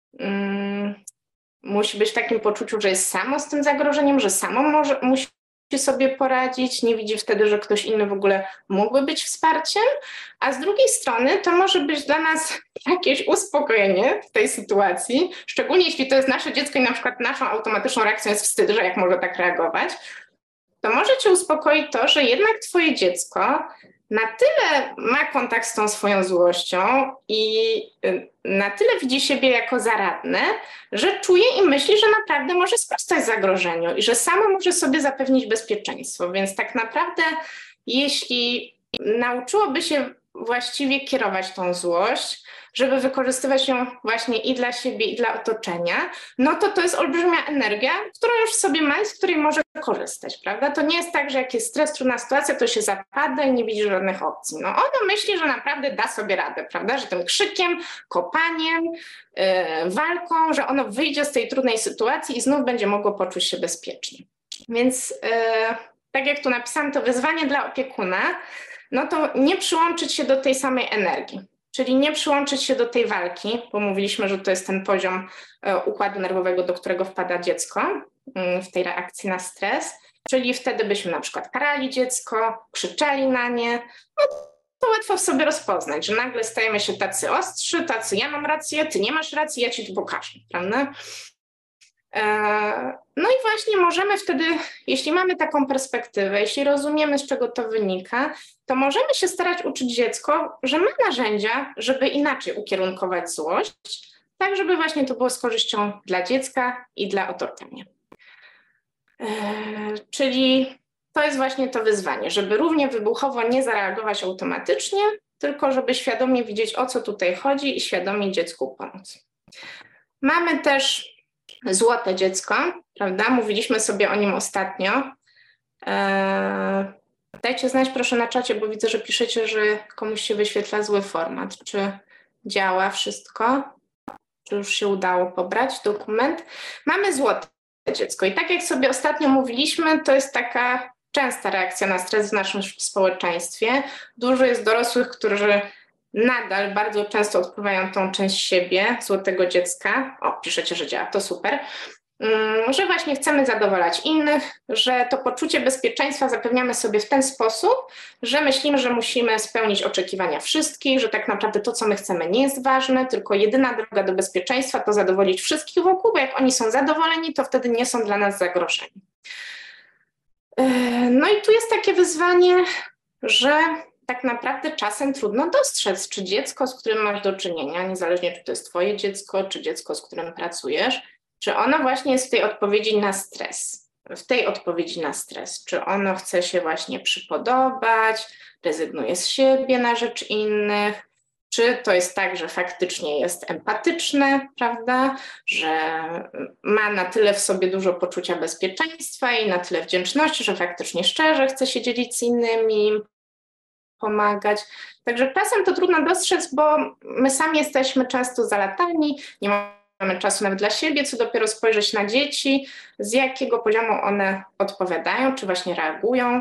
musi być w takim poczuciu, że jest samo z tym zagrożeniem, że samo musi sobie poradzić, nie widzi wtedy, że ktoś inny w ogóle mógłby być wsparciem, a z drugiej strony to może być dla nas jakieś uspokojenie w tej sytuacji, szczególnie jeśli to jest nasze dziecko i na przykład naszą automatyczną reakcją jest wstyd, że jak może tak reagować, to może cię uspokoić to, że jednak twoje dziecko na tyle ma kontakt z tą swoją złością i na tyle widzi siebie jako zaradne, że czuje i myśli, że naprawdę może sprostać zagrożeniu i że samo może sobie zapewnić bezpieczeństwo. Więc tak naprawdę, jeśli nauczyłoby się właściwie kierować tą złość, żeby wykorzystywać ją właśnie i dla siebie, i dla otoczenia, no to jest olbrzymia energia, którą już w sobie ma i z której może korzystać, prawda? To nie jest tak, że jak jest stres, trudna sytuacja, to się zapada i nie widzi żadnych opcji. No ono myśli, że naprawdę da sobie radę, prawda? Że tym krzykiem, kopaniem, walką, że ono wyjdzie z tej trudnej sytuacji i znów będzie mogło poczuć się bezpiecznie. Więc tak jak tu napisałam, to wyzwanie dla opiekuna, no to nie przyłączyć się do tej samej energii. Czyli nie przyłączyć się do tej walki, bo mówiliśmy, że to jest ten poziom układu nerwowego, do którego wpada dziecko w tej reakcji na stres. Czyli wtedy byśmy na przykład karali dziecko, krzyczeli na nie. No to łatwo w sobie rozpoznać, że nagle stajemy się tacy ostrzy, tacy ja mam rację, ty nie masz racji, ja ci tu pokażę, prawda? No i właśnie możemy wtedy, jeśli mamy taką perspektywę, jeśli rozumiemy, z czego to wynika, to możemy się starać uczyć dziecko, że ma narzędzia, żeby inaczej ukierunkować złość, tak żeby właśnie to było z korzyścią dla dziecka i dla otoczenia. Czyli to jest właśnie to wyzwanie, żeby równie wybuchowo nie zareagować automatycznie, tylko żeby świadomie widzieć, o co tutaj chodzi i świadomie dziecku pomóc. Mamy też złote dziecko, prawda? Mówiliśmy sobie o nim ostatnio. Dajcie znać proszę na czacie, bo widzę, że piszecie, że komuś się wyświetla zły format. Czy działa wszystko? Czy już się udało pobrać dokument? Mamy złote dziecko i tak jak sobie ostatnio mówiliśmy, to jest taka częsta reakcja na stres w naszym społeczeństwie. Dużo jest dorosłych, którzy nadal bardzo często odpływają tą część siebie, złotego dziecka. O, piszecie, że działa, to super. Że właśnie chcemy zadowalać innych, że to poczucie bezpieczeństwa zapewniamy sobie w ten sposób, że myślimy, że musimy spełnić oczekiwania wszystkich, że tak naprawdę to, co my chcemy, nie jest ważne, tylko jedyna droga do bezpieczeństwa to zadowolić wszystkich wokół, bo jak oni są zadowoleni, to wtedy nie są dla nas zagrożeni. No i tu jest takie wyzwanie, że tak naprawdę czasem trudno dostrzec, czy dziecko, z którym masz do czynienia, niezależnie czy to jest twoje dziecko, czy dziecko, z którym pracujesz, czy ono właśnie jest w tej odpowiedzi na stres, czy ono chce się właśnie przypodobać, rezygnuje z siebie na rzecz innych, czy to jest tak, że faktycznie jest empatyczne, prawda, że ma na tyle w sobie dużo poczucia bezpieczeństwa i na tyle wdzięczności, że faktycznie szczerze chce się dzielić z innymi, pomagać. Także czasem to trudno dostrzec, bo my sami jesteśmy często zalatani, nie mamy czasu nawet dla siebie, co dopiero spojrzeć na dzieci, z jakiego poziomu one odpowiadają, czy właśnie reagują.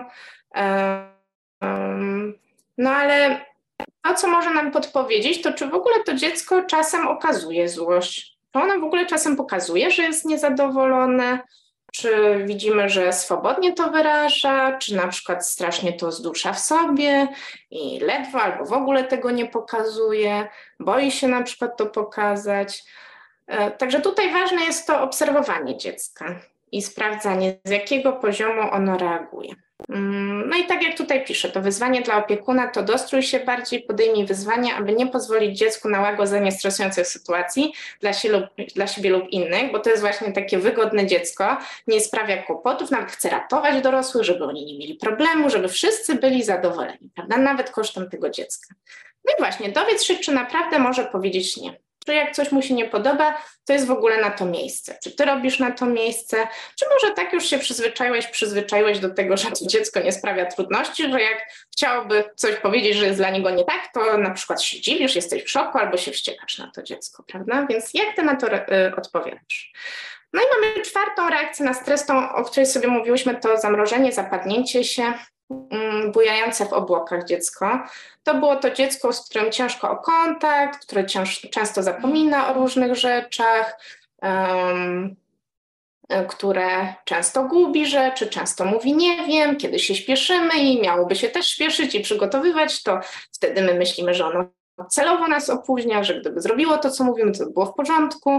No ale to, co może nam podpowiedzieć, to czy w ogóle to dziecko czasem okazuje złość. Czy ono w ogóle czasem pokazuje, że jest niezadowolone, czy widzimy, że swobodnie to wyraża, czy na przykład strasznie to zdusza w sobie i ledwo albo w ogóle tego nie pokazuje, boi się na przykład to pokazać. Także tutaj ważne jest to obserwowanie dziecka i sprawdzanie, z jakiego poziomu ono reaguje. No i tak jak tutaj piszę, to wyzwanie dla opiekuna to dostrój się bardziej, podejmij wyzwanie, aby nie pozwolić dziecku na łagodzenie stresujących sytuacji dla siebie lub innych, bo to jest właśnie takie wygodne dziecko, nie sprawia kłopotów, nawet chce ratować dorosłych, żeby oni nie mieli problemu, żeby wszyscy byli zadowoleni, prawda? Nawet kosztem tego dziecka. No i właśnie, dowiedz się, czy naprawdę może powiedzieć nie. Czy jak coś mu się nie podoba, to jest w ogóle na to miejsce. Czy ty robisz na to miejsce, czy może tak już się przyzwyczaiłeś do tego, że to dziecko nie sprawia trudności, że jak chciałoby coś powiedzieć, że jest dla niego nie tak, to na przykład się dziwisz, jesteś w szoku albo się wściekasz na to dziecko, prawda? Więc jak ty na to odpowiadasz? No i mamy czwartą reakcję na stres, tą, o której sobie mówiłyśmy, to zamrożenie, zapadnięcie się, bujające w obłokach dziecko. To było to dziecko, z którym ciężko o kontakt, które często zapomina o różnych rzeczach, które często gubi rzeczy, często mówi nie wiem, kiedy się śpieszymy i miałoby się też śpieszyć i przygotowywać, to wtedy my myślimy, że ono celowo nas opóźnia, że gdyby zrobiło to, co mówimy, to by było w porządku.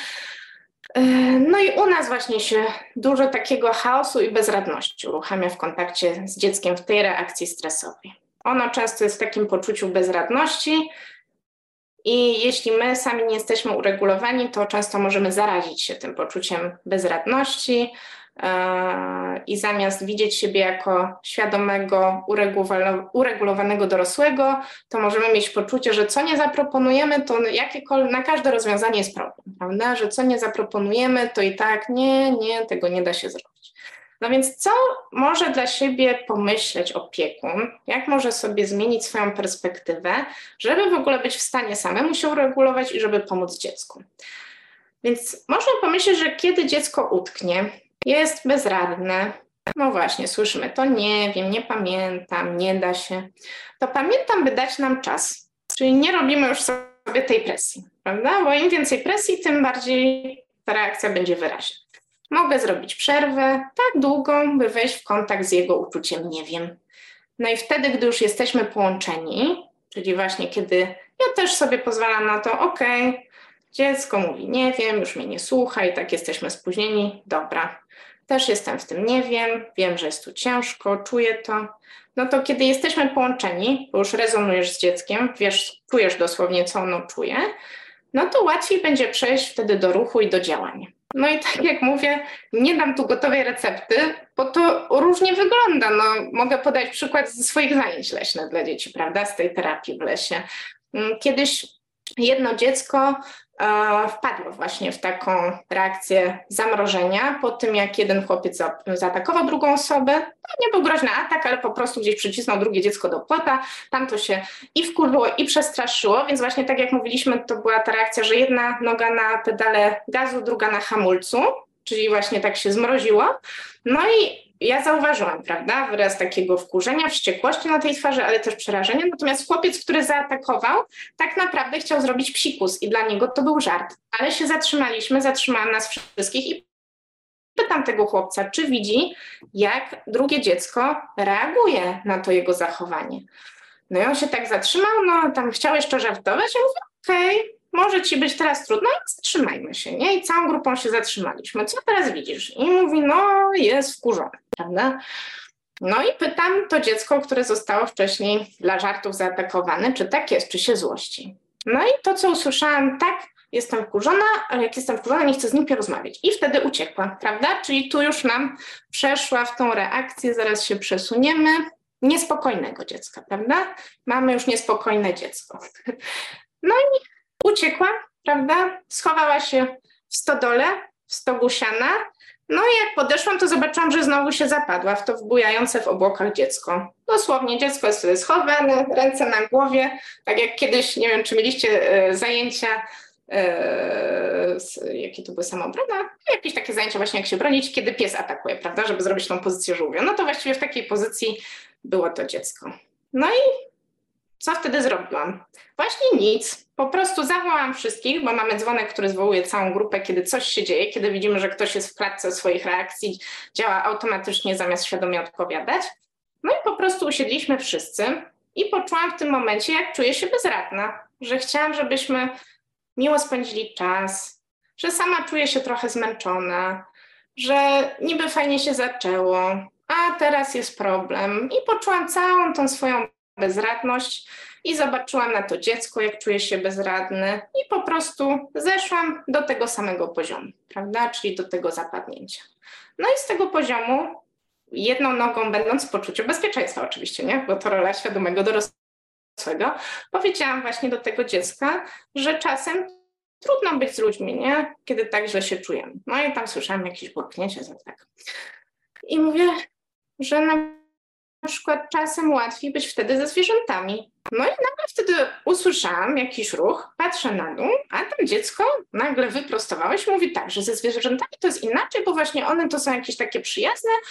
No i u nas właśnie się dużo takiego chaosu i bezradności uruchamia w kontakcie z dzieckiem w tej reakcji stresowej. Ono często jest w takim poczuciu bezradności i jeśli my sami nie jesteśmy uregulowani, to często możemy zarazić się tym poczuciem bezradności i zamiast widzieć siebie jako świadomego, uregulowanego dorosłego, to możemy mieć poczucie, że co nie zaproponujemy, to na każde rozwiązanie jest problem, prawda? Że co nie zaproponujemy, to i tak nie, tego nie da się zrobić. No więc co może dla siebie pomyśleć opiekun, jak może sobie zmienić swoją perspektywę, żeby w ogóle być w stanie samemu się uregulować i żeby pomóc dziecku? Więc można pomyśleć, że kiedy dziecko utknie, jest bezradne, no właśnie, słyszymy to nie wiem, nie pamiętam, nie da się, to pamiętam, by dać nam czas, czyli nie robimy już sobie tej presji, prawda? Bo im więcej presji, tym bardziej ta reakcja będzie wyraźna. Mogę zrobić przerwę tak długą, by wejść w kontakt z jego uczuciem nie wiem. No i wtedy, gdy już jesteśmy połączeni, czyli właśnie kiedy ja też sobie pozwalam na to, okej, dziecko mówi nie wiem, już mnie nie słucha i tak jesteśmy spóźnieni, dobra. Też jestem w tym nie wiem, że jest tu ciężko, czuję to. No to kiedy jesteśmy połączeni, bo już rezonujesz z dzieckiem, wiesz, czujesz dosłownie, co ono czuje, no to łatwiej będzie przejść wtedy do ruchu i do działania. No i tak jak mówię, nie dam tu gotowej recepty, bo to różnie wygląda. No, mogę podać przykład ze swoich zajęć leśnych dla dzieci, prawda, z tej terapii w lesie. Kiedyś jedno dziecko wpadło właśnie w taką reakcję zamrożenia po tym, jak jeden chłopiec zaatakował drugą osobę. To nie był groźny atak, ale po prostu gdzieś przycisnął drugie dziecko do płota. Tam to się i wkurzyło, i przestraszyło, więc właśnie tak jak mówiliśmy, to była ta reakcja, że jedna noga na pedale gazu, druga na hamulcu, czyli właśnie tak się zmroziło. No i ja zauważyłam, prawda, wyraz takiego wkurzenia, wściekłości na tej twarzy, ale też przerażenia. Natomiast chłopiec, który zaatakował, tak naprawdę chciał zrobić psikus i dla niego to był żart. Ale się zatrzymałam nas wszystkich i pytam tego chłopca, czy widzi, jak drugie dziecko reaguje na to jego zachowanie. No i on się tak zatrzymał, no tam chciał jeszcze żartować, ja mówię, okej, może ci być teraz trudno, ale zatrzymajmy się, nie? I całą grupą się zatrzymaliśmy. Co teraz widzisz? I mówi, no jest wkurzony, prawda? No i pytam to dziecko, które zostało wcześniej dla żartów zaatakowane, czy tak jest, czy się złości. No i to, co usłyszałam, tak, jestem wkurzona, ale jak jestem wkurzona, nie chcę z nim porozmawiać. I wtedy uciekła, prawda? Czyli tu już nam przeszła w tą reakcję, zaraz się przesuniemy, niespokojnego dziecka, prawda? Mamy już niespokojne dziecko. No i uciekła, prawda? Schowała się w stodole, w stogu siana. No i jak podeszłam, to zobaczyłam, że znowu się zapadła w to wbujające w obłokach dziecko. Dosłownie dziecko jest wtedy schowane, ręce na głowie. Tak jak kiedyś, nie wiem, czy mieliście zajęcia, jakie to były, samoobrona? Jakieś takie zajęcia właśnie, jak się bronić, kiedy pies atakuje, prawda? Żeby zrobić tą pozycję żółwia. No to właściwie w takiej pozycji było to dziecko. No i co wtedy zrobiłam? Właśnie nic. Po prostu zawołałam wszystkich, bo mamy dzwonek, który zwołuje całą grupę, kiedy coś się dzieje, kiedy widzimy, że ktoś jest w klatce swoich reakcji, działa automatycznie zamiast świadomie odpowiadać. No i po prostu usiedliśmy wszyscy i poczułam w tym momencie, jak czuję się bezradna, że chciałam, żebyśmy miło spędzili czas, że sama czuję się trochę zmęczona, że niby fajnie się zaczęło, a teraz jest problem. I poczułam całą tą swoją bezradność i zobaczyłam na to dziecko, jak czuje się bezradne i po prostu zeszłam do tego samego poziomu, prawda, czyli do tego zapadnięcia. No i z tego poziomu, jedną nogą będąc w poczuciu bezpieczeństwa oczywiście, nie, bo to rola świadomego dorosłego, powiedziałam właśnie do tego dziecka, że czasem trudno być z ludźmi, nie, kiedy tak źle się czujemy. No i tam słyszałam jakieś burknięcie, tak. I mówię, że na przykład czasem łatwiej być wtedy ze zwierzętami. No i nagle wtedy usłyszałam jakiś ruch, patrzę na dół, a tam dziecko nagle wyprostowało się i mówi tak, że ze zwierzętami to jest inaczej, bo właśnie one to są jakieś takie przyjazne,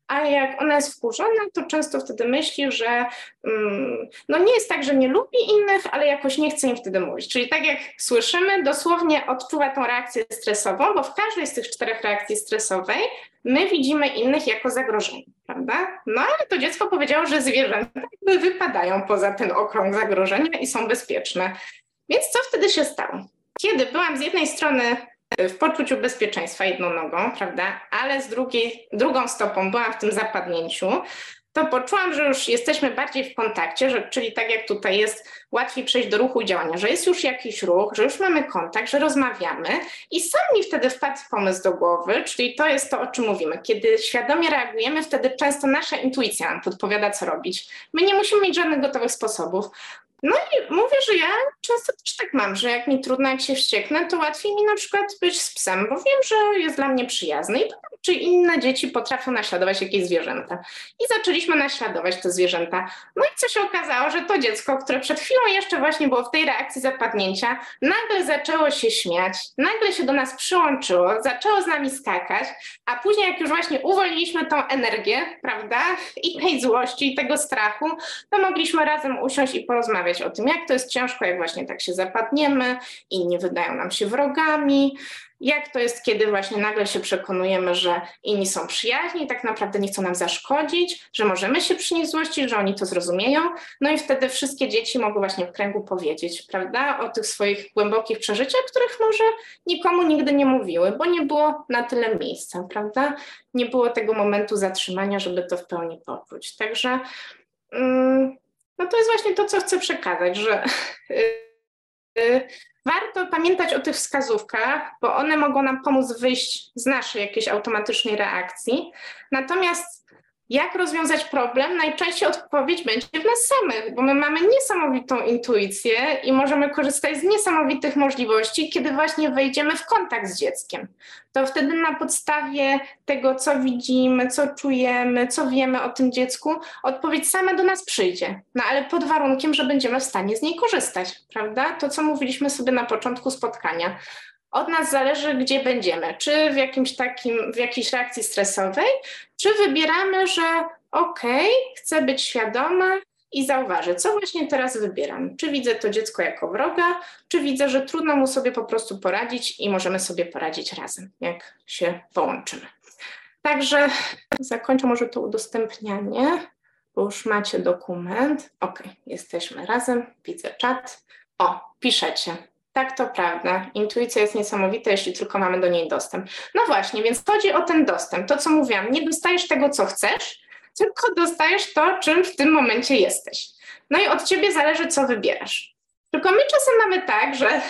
a jak ona jest wkurzona, to często wtedy myśli, że no nie jest tak, że nie lubi innych, ale jakoś nie chce im wtedy mówić. Czyli tak jak słyszymy, dosłownie odczuwa tą reakcję stresową, bo w każdej z tych 4 reakcji stresowej my widzimy innych jako zagrożenie, prawda? No ale to dziecko powiedziało, że zwierzęta jakby wypadają poza ten okrąg zagrożenia i są bezpieczne. Więc co wtedy się stało? Kiedy byłam z jednej strony w poczuciu bezpieczeństwa jedną nogą, prawda, ale z drugą stopą byłam w tym zapadnięciu, to poczułam, że już jesteśmy bardziej w kontakcie, czyli tak jak tutaj jest, łatwiej przejść do ruchu i działania, że jest już jakiś ruch, że już mamy kontakt, że rozmawiamy i sam mi wtedy wpadł pomysł do głowy, czyli to jest to, o czym mówimy. Kiedy świadomie reagujemy, wtedy często nasza intuicja nam podpowiada, co robić. My nie musimy mieć żadnych gotowych sposobów. No i mówię, że ja często też tak mam, że jak mi trudno, jak się wścieknę, to łatwiej mi na przykład być z psem, bo wiem, że jest dla mnie przyjazny i pytam, czy inne dzieci potrafią naśladować jakieś zwierzęta. I zaczęliśmy naśladować te zwierzęta. No i co się okazało, że to dziecko, które przed chwilą jeszcze właśnie było w tej reakcji zapadnięcia, nagle zaczęło się śmiać, nagle się do nas przyłączyło, zaczęło z nami skakać, a później jak już właśnie uwolniliśmy tą energię, prawda, i tej złości, i tego strachu, to mogliśmy razem usiąść i porozmawiać o tym, jak to jest ciężko, jak właśnie tak się zapadniemy, inni wydają nam się wrogami, jak to jest, kiedy właśnie nagle się przekonujemy, że inni są przyjaźni i tak naprawdę nie chcą nam zaszkodzić, że możemy się przy nich złościć, że oni to zrozumieją. No i wtedy wszystkie dzieci mogły właśnie w kręgu powiedzieć, prawda, o tych swoich głębokich przeżyciach, których może nikomu nigdy nie mówiły, bo nie było na tyle miejsca, prawda? Nie było tego momentu zatrzymania, żeby to w pełni poczuć. Także no to jest właśnie to, co chcę przekazać, że warto pamiętać o tych wskazówkach, bo one mogą nam pomóc wyjść z naszej jakiejś automatycznej reakcji. Natomiast jak rozwiązać problem? Najczęściej odpowiedź będzie w nas samych, bo my mamy niesamowitą intuicję i możemy korzystać z niesamowitych możliwości, kiedy właśnie wejdziemy w kontakt z dzieckiem. To wtedy na podstawie tego, co widzimy, co czujemy, co wiemy o tym dziecku, odpowiedź sama do nas przyjdzie. No ale pod warunkiem, że będziemy w stanie z niej korzystać, prawda? To, co mówiliśmy sobie na początku spotkania. Od nas zależy, gdzie będziemy, czy w jakiejś reakcji stresowej, czy wybieramy, że chcę być świadoma i zauważyć, co właśnie teraz wybieram. Czy widzę to dziecko jako wroga, czy widzę, że trudno mu sobie po prostu poradzić i możemy sobie poradzić razem, jak się połączymy. Także zakończę może to udostępnianie, bo już macie dokument. Jesteśmy razem, widzę czat. Piszecie. Tak, to prawda. Intuicja jest niesamowita, jeśli tylko mamy do niej dostęp. No właśnie, więc chodzi o ten dostęp. To, co mówiłam, nie dostajesz tego, co chcesz, tylko dostajesz to, czym w tym momencie jesteś. No i od ciebie zależy, co wybierasz. Tylko my czasem mamy tak, że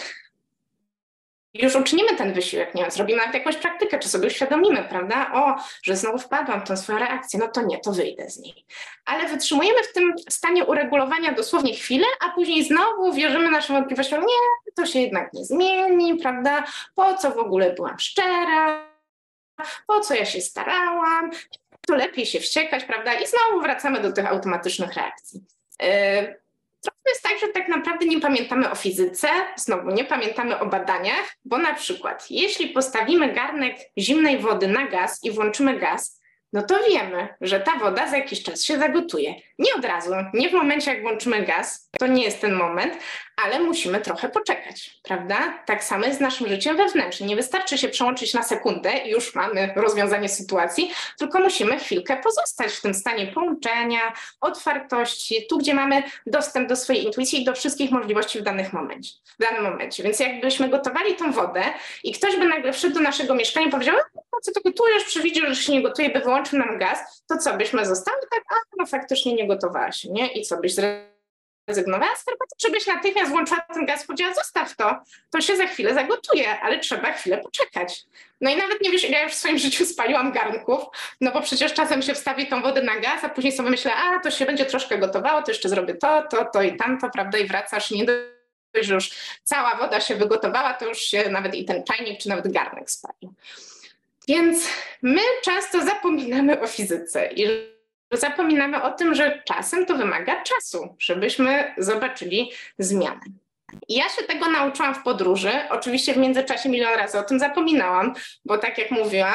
już uczynimy ten wysiłek, nie wiem, zrobimy nawet jakąś praktykę, czy sobie uświadomimy, prawda? Że znowu wpadłam w tą swoją reakcję, no to nie, to wyjdę z niej. Ale wytrzymujemy w tym stanie uregulowania dosłownie chwilę, a później znowu wierzymy naszym wątpliwościom, nie, to się jednak nie zmieni, prawda? Po co w ogóle byłam szczera? Po co ja się starałam? To lepiej się wściekać, prawda? I znowu wracamy do tych automatycznych reakcji. Trochę jest tak, że tak naprawdę nie pamiętamy o fizyce, znowu nie pamiętamy o badaniach, bo na przykład jeśli postawimy garnek zimnej wody na gaz i włączymy gaz, no to wiemy, że ta woda za jakiś czas się zagotuje. Nie od razu, nie w momencie jak włączymy gaz, to nie jest ten moment, ale musimy trochę poczekać, prawda? Tak samo jest z naszym życiem wewnętrznym. Nie wystarczy się przełączyć na sekundę i już mamy rozwiązanie sytuacji, tylko musimy chwilkę pozostać w tym stanie połączenia, otwartości, tu gdzie mamy dostęp do swojej intuicji i do wszystkich możliwości w danym momencie. Więc jakbyśmy gotowali tą wodę i ktoś by nagle wszedł do naszego mieszkania i powiedział, po co to gotujesz, przywidzisz, że się nie gotuje, by wyłączył nam gaz, to co, byśmy zostali tak, no faktycznie nie gotowała się, nie? I co, byś zrezygnowała z herbaty, czy byś natychmiast włączyła ten gaz, powiedziała, zostaw to się za chwilę zagotuje, ale trzeba chwilę poczekać. No i nawet nie wiesz, ile ja już w swoim życiu spaliłam garnków, no bo przecież czasem się wstawi tą wodę na gaz, a później sobie myślę, to się będzie troszkę gotowało, to jeszcze zrobię to i tamto, prawda, i wracasz, nie dość, że już cała woda się wygotowała, to już się nawet i ten czajnik, czy nawet garnek spalił. Więc my często zapominamy o fizyce i zapominamy o tym, że czasem to wymaga czasu, żebyśmy zobaczyli zmianę. I ja się tego nauczyłam w podróży. Oczywiście w międzyczasie milion razy o tym zapominałam, bo tak jak mówiłam,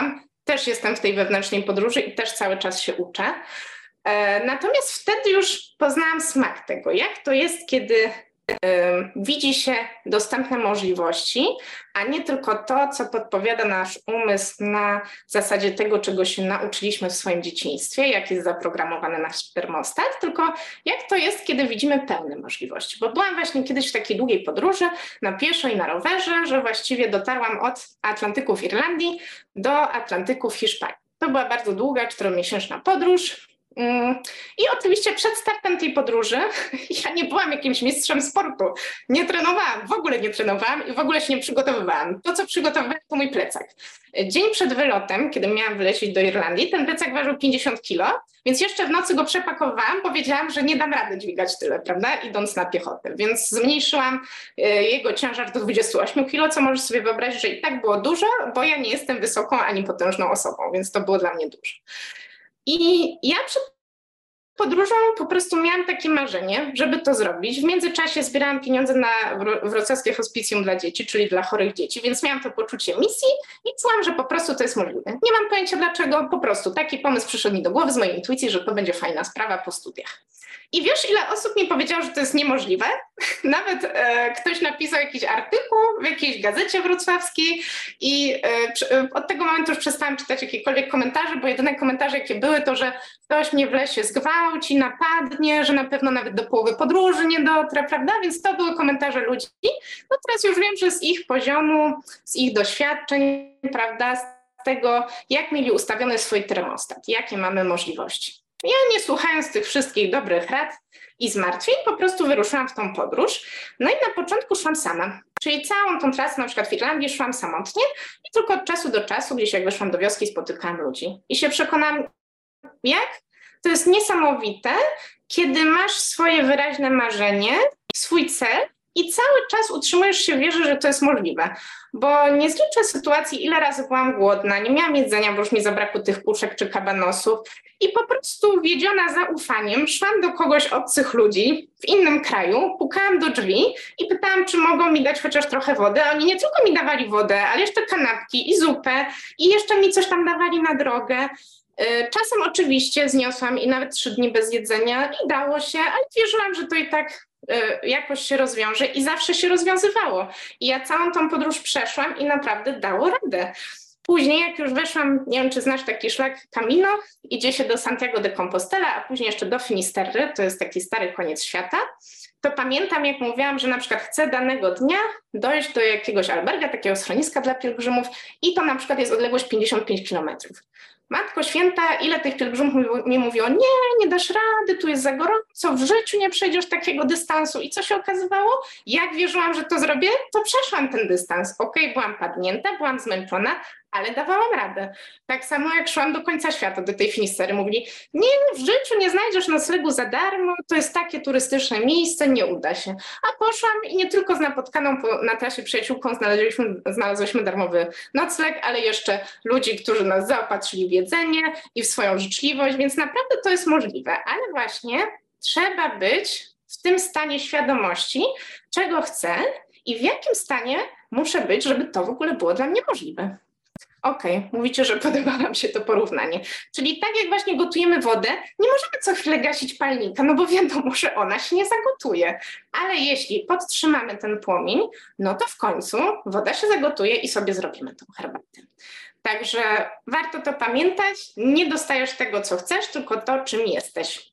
też jestem w tej wewnętrznej podróży i też cały czas się uczę. Natomiast wtedy już poznałam smak tego, jak to jest, kiedy widzi się dostępne możliwości, a nie tylko to, co podpowiada nasz umysł na zasadzie tego, czego się nauczyliśmy w swoim dzieciństwie, jak jest zaprogramowany nasz termostat, tylko jak to jest, kiedy widzimy pełne możliwości. Bo byłam właśnie kiedyś w takiej długiej podróży na pieszo i na rowerze, że właściwie dotarłam od Atlantyku w Irlandii do Atlantyku w Hiszpanii. To była bardzo długa, 4-miesięczna podróż. I oczywiście przed startem tej podróży ja nie byłam jakimś mistrzem sportu. Nie trenowałam, w ogóle nie trenowałam i w ogóle się nie przygotowywałam. To, co przygotowywałam, to mój plecak. Dzień przed wylotem, kiedy miałam wylecieć do Irlandii, ten plecak ważył 50 kilo, więc jeszcze w nocy go przepakowałam, powiedziałam, że nie dam rady dźwigać tyle, prawda, idąc na piechotę. Więc zmniejszyłam jego ciężar do 28 kilo, co możesz sobie wyobrazić, że i tak było dużo, bo ja nie jestem wysoką ani potężną osobą, więc to było dla mnie dużo. I ja przed podróżą po prostu miałam takie marzenie, żeby to zrobić. W międzyczasie zbierałam pieniądze na wrocławskie hospicjum dla dzieci, czyli dla chorych dzieci, więc miałam to poczucie misji i czułam, że po prostu to jest możliwe. Nie mam pojęcia dlaczego, po prostu taki pomysł przyszedł mi do głowy z mojej intuicji, że to będzie fajna sprawa po studiach. I wiesz, ile osób mi powiedziało, że to jest niemożliwe? Nawet ktoś napisał jakiś artykuł w jakiejś gazecie wrocławskiej i od tego momentu już przestałam czytać jakiekolwiek komentarze, bo jedyne komentarze, jakie były, to, że ktoś mnie w lesie zgwałci, napadnie, że na pewno nawet do połowy podróży nie dotrę, prawda? Więc to były komentarze ludzi. No teraz już wiem, że z ich poziomu, z ich doświadczeń, prawda, z tego, jak mieli ustawiony swój termostat, jakie mamy możliwości. Ja nie słuchając tych wszystkich dobrych rad i zmartwień, po prostu wyruszyłam w tą podróż. No i na początku szłam sama, czyli całą tą trasę na przykład w Irlandii szłam samotnie i tylko od czasu do czasu, gdzieś jak weszłam do wioski, spotykałam ludzi. I się przekonałam, jak to jest niesamowite, kiedy masz swoje wyraźne marzenie, swój cel i cały czas utrzymujesz się w wierze, że to jest możliwe. Bo nie zliczę sytuacji, ile razy byłam głodna, nie miałam jedzenia, bo już mi zabrakło tych puszek czy kabanosów. I po prostu wiedziona zaufaniem szłam do kogoś obcych ludzi w innym kraju, pukałam do drzwi i pytałam, czy mogą mi dać chociaż trochę wody. A oni nie tylko mi dawali wodę, ale jeszcze kanapki i zupę i jeszcze mi coś tam dawali na drogę. Czasem oczywiście zniosłam i nawet 3 dni bez jedzenia i dało się, ale wierzyłam, że to i tak jakoś się rozwiąże i zawsze się rozwiązywało. I ja całą tą podróż przeszłam i naprawdę dało radę. Później, jak już weszłam, nie wiem, czy znasz taki szlak Camino, idzie się do Santiago de Compostela, a później jeszcze do Finisterry, to jest taki stary koniec świata, to pamiętam, jak mówiłam, że na przykład chcę danego dnia dojść do jakiegoś alberga, takiego schroniska dla pielgrzymów i to na przykład jest odległość 55 kilometrów. Matko Święta, ile tych pielgrzymów mi mówiło, nie dasz rady, tu jest za gorąco, w życiu nie przejdziesz takiego dystansu. I co się okazywało? Jak wierzyłam, że to zrobię, to przeszłam ten dystans. Okej, byłam padnięta, byłam zmęczona, ale dawałam radę. Tak samo jak szłam do końca świata, do tej Finisterry, mówili, nie, w życiu nie znajdziesz noclegu za darmo, to jest takie turystyczne miejsce, nie uda się. A poszłam i nie tylko z napotkaną na trasie przyjaciółką znalazłyśmy darmowy nocleg, ale jeszcze ludzi, którzy nas zaopatrzyli w jedzenie i w swoją życzliwość, więc naprawdę to jest możliwe. Ale właśnie trzeba być w tym stanie świadomości, czego chcę i w jakim stanie muszę być, żeby to w ogóle było dla mnie możliwe. Okej, mówicie, że podoba wam się to porównanie. Czyli tak jak właśnie gotujemy wodę, nie możemy co chwilę gasić palnika, no bo wiadomo, że ona się nie zagotuje. Ale jeśli podtrzymamy ten płomień, no to w końcu woda się zagotuje i sobie zrobimy tą herbatę. Także warto to pamiętać, nie dostajesz tego, co chcesz, tylko to, czym jesteś.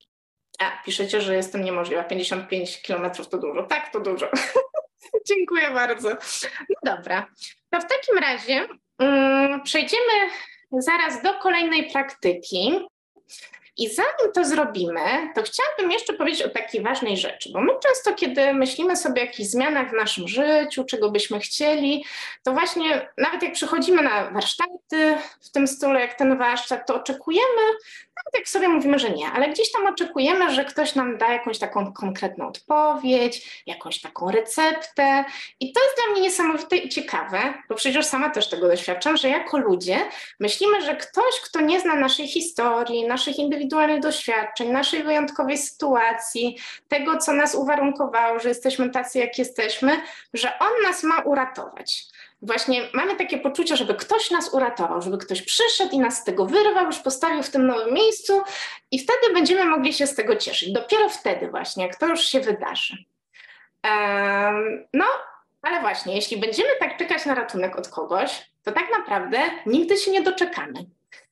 A, piszecie, że jestem niemożliwa, 55 kilometrów to dużo. Tak, to dużo. Dziękuję bardzo. No dobra, to w takim razie przejdziemy zaraz do kolejnej praktyki. I zanim to zrobimy, to chciałabym jeszcze powiedzieć o takiej ważnej rzeczy, bo my często, kiedy myślimy sobie o jakichś zmianach w naszym życiu, czego byśmy chcieli, to właśnie nawet jak przychodzimy na warsztaty w tym stylu, jak ten warsztat, to oczekujemy, nawet jak sobie mówimy, że nie, ale gdzieś tam oczekujemy, że ktoś nam da jakąś taką konkretną odpowiedź, jakąś taką receptę i to jest dla mnie niesamowite i ciekawe, bo przecież sama też tego doświadczam, że jako ludzie myślimy, że ktoś, kto nie zna naszej historii, naszych indywidualnych doświadczeń, naszej wyjątkowej sytuacji, tego, co nas uwarunkowało, że jesteśmy tacy, jak jesteśmy, że on nas ma uratować. właśnie mamy takie poczucie, żeby ktoś nas uratował, żeby ktoś przyszedł i nas z tego wyrwał, już postawił w tym nowym miejscu i wtedy będziemy mogli się z tego cieszyć. Dopiero wtedy właśnie, jak to już się wydarzy. No, ale właśnie, jeśli będziemy tak czekać na ratunek od kogoś, to tak naprawdę nigdy się nie doczekamy.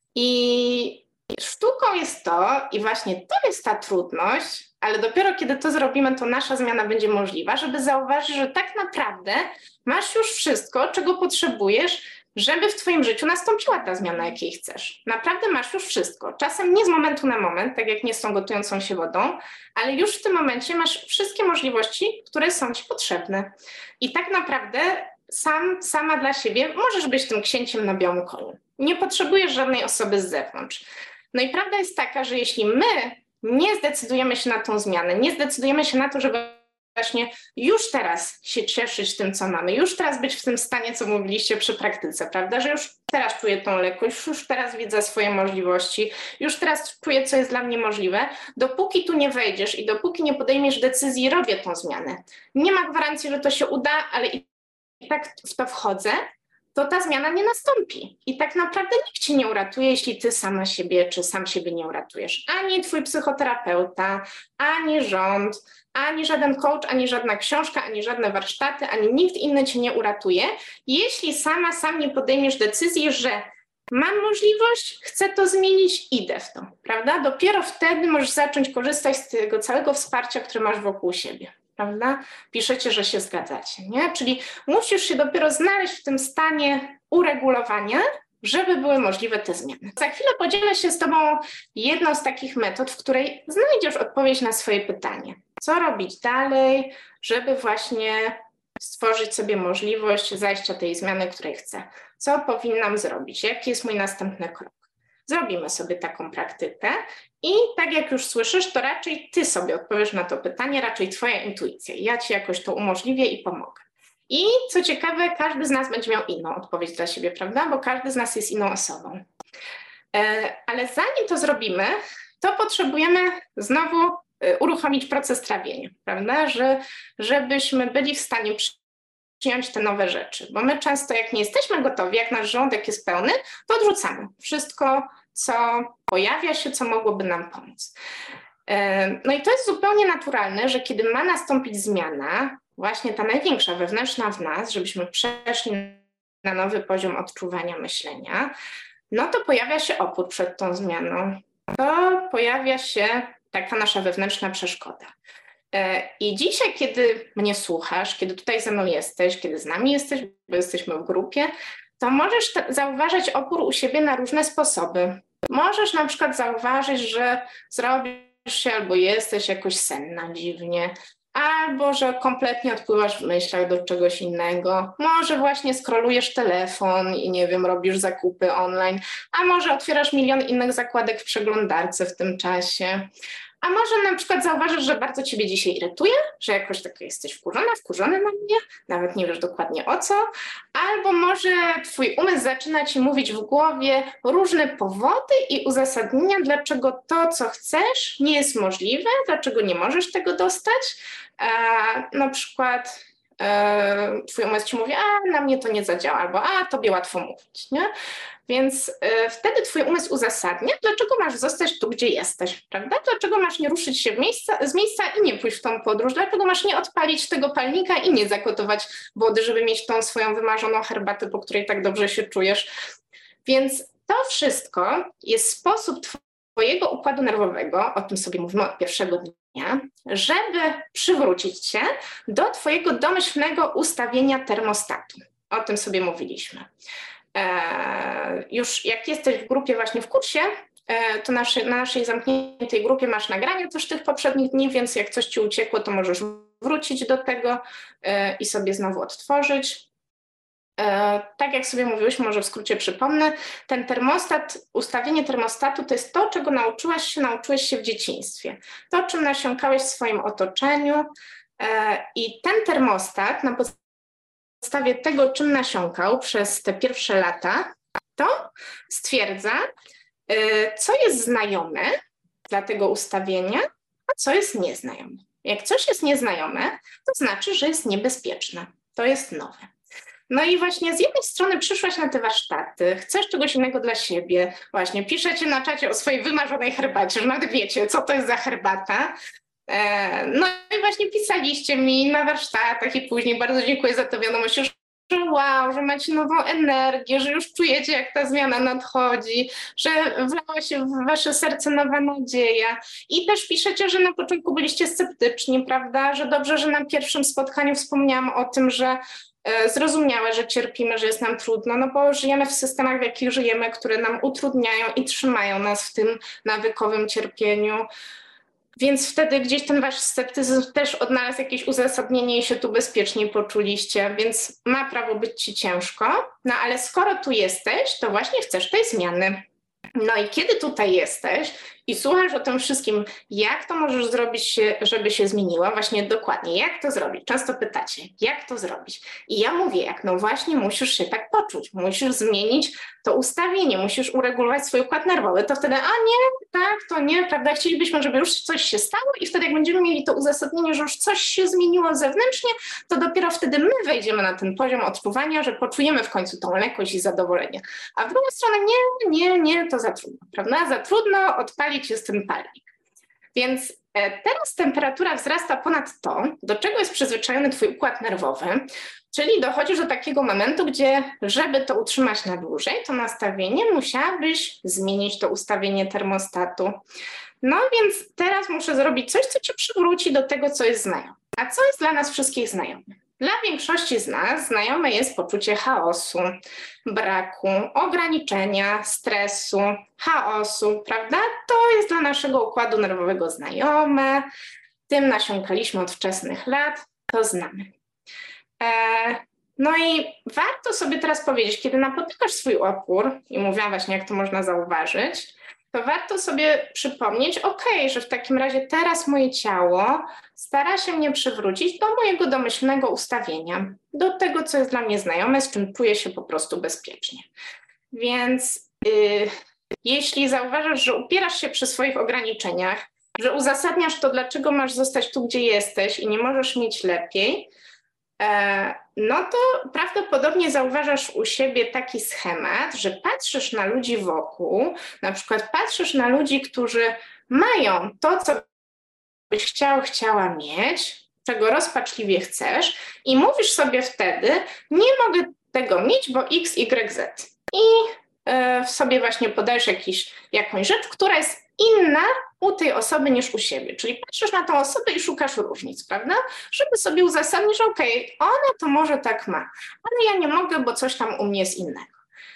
I sztuką jest to, i właśnie to jest ta trudność, ale dopiero kiedy to zrobimy, to nasza zmiana będzie możliwa, żeby zauważyć, że tak naprawdę masz już wszystko, czego potrzebujesz, żeby w twoim życiu nastąpiła ta zmiana, jakiej chcesz. Naprawdę masz już wszystko. Czasem nie z momentu na moment, tak jak nie z tą gotującą się wodą, ale już w tym momencie masz wszystkie możliwości, które są ci potrzebne. I tak naprawdę sama dla siebie możesz być tym księciem na białym koniu. Nie potrzebujesz żadnej osoby z zewnątrz. No i prawda jest taka, że jeśli my nie zdecydujemy się na tą zmianę, nie zdecydujemy się na to, żeby właśnie już teraz się cieszyć tym, co mamy, już teraz być w tym stanie, co mówiliście przy praktyce, prawda, że już teraz czuję tą lekkość, już teraz widzę swoje możliwości, już teraz czuję, co jest dla mnie możliwe, dopóki tu nie wejdziesz i dopóki nie podejmiesz decyzji, robię tą zmianę. Nie ma gwarancji, że to się uda, ale i tak w to wchodzę, to ta zmiana nie nastąpi. I tak naprawdę nikt ci nie uratuje, jeśli ty sama siebie czy sam siebie nie uratujesz. Ani twój psychoterapeuta, ani rząd, ani żaden coach, ani żadna książka, ani żadne warsztaty, ani nikt inny cię nie uratuje, jeśli sam nie podejmiesz decyzji, że mam możliwość, chcę to zmienić, idę w to, prawda? Dopiero wtedy możesz zacząć korzystać z tego całego wsparcia, które masz wokół siebie. Prawda? Piszecie, że się zgadzacie, nie? Czyli musisz się dopiero znaleźć w tym stanie uregulowania, żeby były możliwe te zmiany. Za chwilę podzielę się z tobą jedną z takich metod, w której znajdziesz odpowiedź na swoje pytanie. Co robić dalej, żeby właśnie stworzyć sobie możliwość zajścia tej zmiany, której chcę. Co powinnam zrobić? Jaki jest mój następny krok? Zrobimy sobie taką praktykę i tak jak już słyszysz, to raczej ty sobie odpowiesz na to pytanie, raczej twoja intuicja. Ja ci jakoś to umożliwię i pomogę. I co ciekawe, każdy z nas będzie miał inną odpowiedź dla siebie, prawda? Bo każdy z nas jest inną osobą. Ale zanim to zrobimy, to potrzebujemy znowu uruchomić proces trawienia, prawda? Żebyśmy byli w stanie przyjąć te nowe rzeczy, bo my często jak nie jesteśmy gotowi, jak nasz żołądek jest pełny, to odrzucamy wszystko, co pojawia się, co mogłoby nam pomóc. No i to jest zupełnie naturalne, że kiedy ma nastąpić zmiana, właśnie ta największa wewnętrzna w nas, żebyśmy przeszli na nowy poziom odczuwania, myślenia, no to pojawia się opór przed tą zmianą. To pojawia się taka nasza wewnętrzna przeszkoda. I dzisiaj, kiedy mnie słuchasz, kiedy tutaj ze mną jesteś, kiedy z nami jesteś, bo jesteśmy w grupie, to możesz zauważyć opór u siebie na różne sposoby. Możesz na przykład zauważyć, że zrobisz się albo jesteś jakoś senna dziwnie, albo że kompletnie odpływasz w myślach do czegoś innego. Może właśnie scrollujesz telefon i nie wiem, robisz zakupy online, a może otwierasz milion innych zakładek w przeglądarce w tym czasie. A może na przykład zauważysz, że bardzo ciebie dzisiaj irytuje, że jakoś tak jesteś wkurzony na mnie, nawet nie wiesz dokładnie o co, albo może twój umysł zaczyna ci mówić w głowie różne powody i uzasadnienia, dlaczego to, co chcesz, nie jest możliwe, dlaczego nie możesz tego dostać. Na przykład twój umysł ci mówi, a na mnie to nie zadziała, albo a tobie łatwo mówić, nie? Więc wtedy twój umysł uzasadnia, dlaczego masz zostać tu, gdzie jesteś, prawda? Dlaczego masz nie ruszyć się z miejsca i nie pójść w tą podróż? Dlaczego masz nie odpalić tego palnika i nie zagotować wody, żeby mieć tą swoją wymarzoną herbatę, po której tak dobrze się czujesz? Więc to wszystko jest sposób twojego układu nerwowego, o tym sobie mówimy od pierwszego dnia, żeby przywrócić cię do twojego domyślnego ustawienia termostatu. O tym sobie mówiliśmy. Już jak jesteś w grupie właśnie w kursie, to na naszej zamkniętej grupie masz nagrania też tych poprzednich dni, więc jak coś ci uciekło, to możesz wrócić do tego i sobie znowu odtworzyć. Tak jak sobie mówiłyśmy, może w skrócie przypomnę, ten termostat, ustawienie termostatu to jest to, czego nauczyłeś się w dzieciństwie. To, czym nasiąkałeś w swoim otoczeniu i ten termostat na podstawie tego, czym nasiąkał przez te pierwsze lata, to stwierdza, co jest znajome dla tego ustawienia, a co jest nieznajome. Jak coś jest nieznajome, to znaczy, że jest niebezpieczne. To jest nowe. No i właśnie z jednej strony przyszłaś na te warsztaty, chcesz czegoś innego dla siebie, właśnie piszecie na czacie o swojej wymarzonej herbacie, że nawet wiecie, co to jest za herbata. No i właśnie pisaliście mi na warsztatach i później bardzo dziękuję za tę wiadomość, że wow, że macie nową energię, że już czujecie, jak ta zmiana nadchodzi, że wlała się w wasze serce nowa nadzieja. I też piszecie, że na początku byliście sceptyczni, prawda? Że dobrze, że na pierwszym spotkaniu wspomniałam o tym, że zrozumiałe, że cierpimy, że jest nam trudno, no bo żyjemy w systemach, w jakich żyjemy, które nam utrudniają i trzymają nas w tym nawykowym cierpieniu. Więc wtedy gdzieś ten wasz sceptycyzm też odnalazł jakieś uzasadnienie i się tu bezpieczniej poczuliście, więc ma prawo być ci ciężko. No ale skoro tu jesteś, to właśnie chcesz tej zmiany. No i kiedy tutaj jesteś i słuchasz o tym wszystkim, jak to możesz zrobić, żeby się zmieniła, właśnie dokładnie, jak to zrobić? Często pytacie, jak to zrobić? I ja mówię, jak no właśnie musisz się tak poczuć, musisz zmienić to ustawienie, musisz uregulować swój układ nerwowy, to wtedy, a nie, tak, to nie, prawda, chcielibyśmy, żeby już coś się stało i wtedy jak będziemy mieli to uzasadnienie, że już coś się zmieniło zewnętrznie, to dopiero wtedy my wejdziemy na ten poziom odczuwania, że poczujemy w końcu tą lekkość i zadowolenie. A w drugą stronę nie, to za trudno, prawda, za trudno odpalić jest ten palnik. Więc teraz temperatura wzrasta ponad to, do czego jest przyzwyczajony twój układ nerwowy, czyli dochodzisz do takiego momentu, gdzie żeby to utrzymać na dłużej, to nastawienie musiałabyś zmienić to ustawienie termostatu. No więc teraz muszę zrobić coś, co cię przywróci do tego, co jest znajome. A co jest dla nas wszystkich znajome? Dla większości z nas znajome jest poczucie chaosu, braku, ograniczenia, stresu, chaosu, prawda? To jest dla naszego układu nerwowego znajome, tym nasiąkaliśmy od wczesnych lat, to znamy. No i warto sobie teraz powiedzieć, kiedy napotykasz swój opór, i mówiłam właśnie, jak to można zauważyć, to warto sobie przypomnieć, że w takim razie teraz moje ciało stara się mnie przywrócić do mojego domyślnego ustawienia, do tego, co jest dla mnie znajome, z czym czuję się po prostu bezpiecznie. Więc jeśli zauważasz, że upierasz się przy swoich ograniczeniach, że uzasadniasz to, dlaczego masz zostać tu, gdzie jesteś i nie możesz mieć lepiej, no to prawdopodobnie zauważasz u siebie taki schemat, że patrzysz na ludzi wokół, na przykład patrzysz na ludzi, którzy mają to, co byś chciała mieć, czego rozpaczliwie chcesz i mówisz sobie wtedy, nie mogę tego mieć, bo X, Y, Z. I sobie właśnie podajesz jakąś rzecz, która jest inna u tej osoby niż u siebie. Czyli patrzysz na tą osobę i szukasz różnic, prawda? Żeby sobie uzasadnić, że ona to może tak ma, ale ja nie mogę, bo coś tam u mnie jest innego.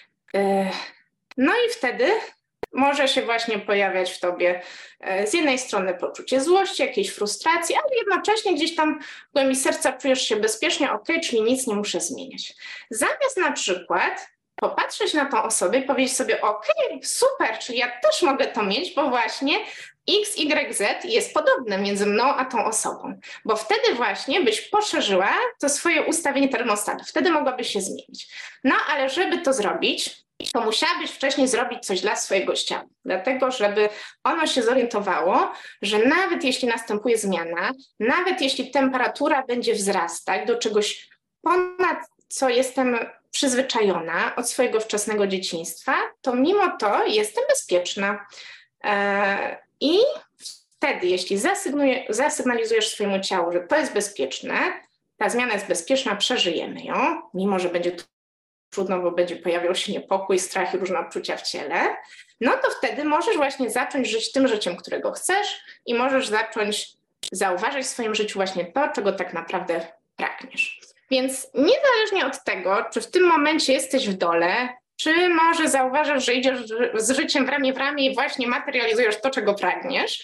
No i wtedy może się właśnie pojawiać w tobie z jednej strony poczucie złości, jakiejś frustracji, ale jednocześnie gdzieś tam w głębi serca czujesz się bezpiecznie, czyli nic nie muszę zmieniać. Zamiast na przykład popatrzeć na tą osobę i powiedzieć sobie, super, czyli ja też mogę to mieć, bo właśnie X, Y, Z jest podobne między mną a tą osobą, bo wtedy właśnie byś poszerzyła to swoje ustawienie termostatu, wtedy mogłabyś się zmienić. No ale żeby to zrobić, to musiałabyś wcześniej zrobić coś dla swojego ciała, dlatego żeby ono się zorientowało, że nawet jeśli następuje zmiana, nawet jeśli temperatura będzie wzrastać do czegoś ponad co jestem przyzwyczajona od swojego wczesnego dzieciństwa, to mimo to jestem bezpieczna. I wtedy, jeśli zasygnalizujesz swojemu ciału, że to jest bezpieczne, ta zmiana jest bezpieczna, przeżyjemy ją, mimo że będzie trudno, bo będzie pojawiał się niepokój, strach i różne odczucia w ciele, no to wtedy możesz właśnie zacząć żyć tym życiem, którego chcesz i możesz zacząć zauważyć w swoim życiu właśnie to, czego tak naprawdę pragniesz. Więc niezależnie od tego, czy w tym momencie jesteś w dole, czy może zauważasz, że idziesz z życiem w ramię w ramię i właśnie materializujesz to, czego pragniesz,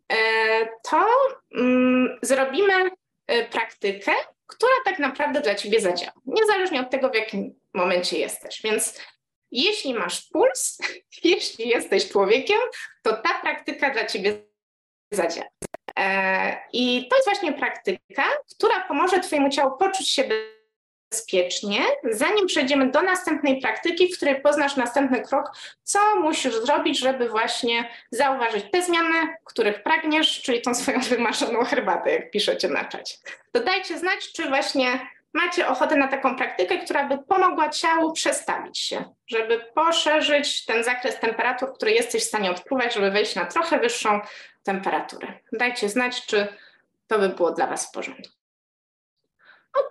to zrobimy praktykę, która tak naprawdę dla ciebie zadziała. Niezależnie od tego, w jakim momencie jesteś. Więc jeśli masz puls, jeśli jesteś człowiekiem, to ta praktyka dla ciebie zadziała. I to jest właśnie praktyka, która pomoże twojemu ciału poczuć się bezpiecznie, zanim przejdziemy do następnej praktyki, w której poznasz następny krok, co musisz zrobić, żeby właśnie zauważyć te zmiany, których pragniesz, czyli tą swoją wymarzoną herbatę, jak piszecie na czacie. To dajcie znać, czy właśnie macie ochotę na taką praktykę, która by pomogła ciału przestawić się, żeby poszerzyć ten zakres temperatur, który jesteś w stanie odczuwać, żeby wejść na trochę wyższą temperaturę. Dajcie znać, czy to by było dla Was w porządku. Ok.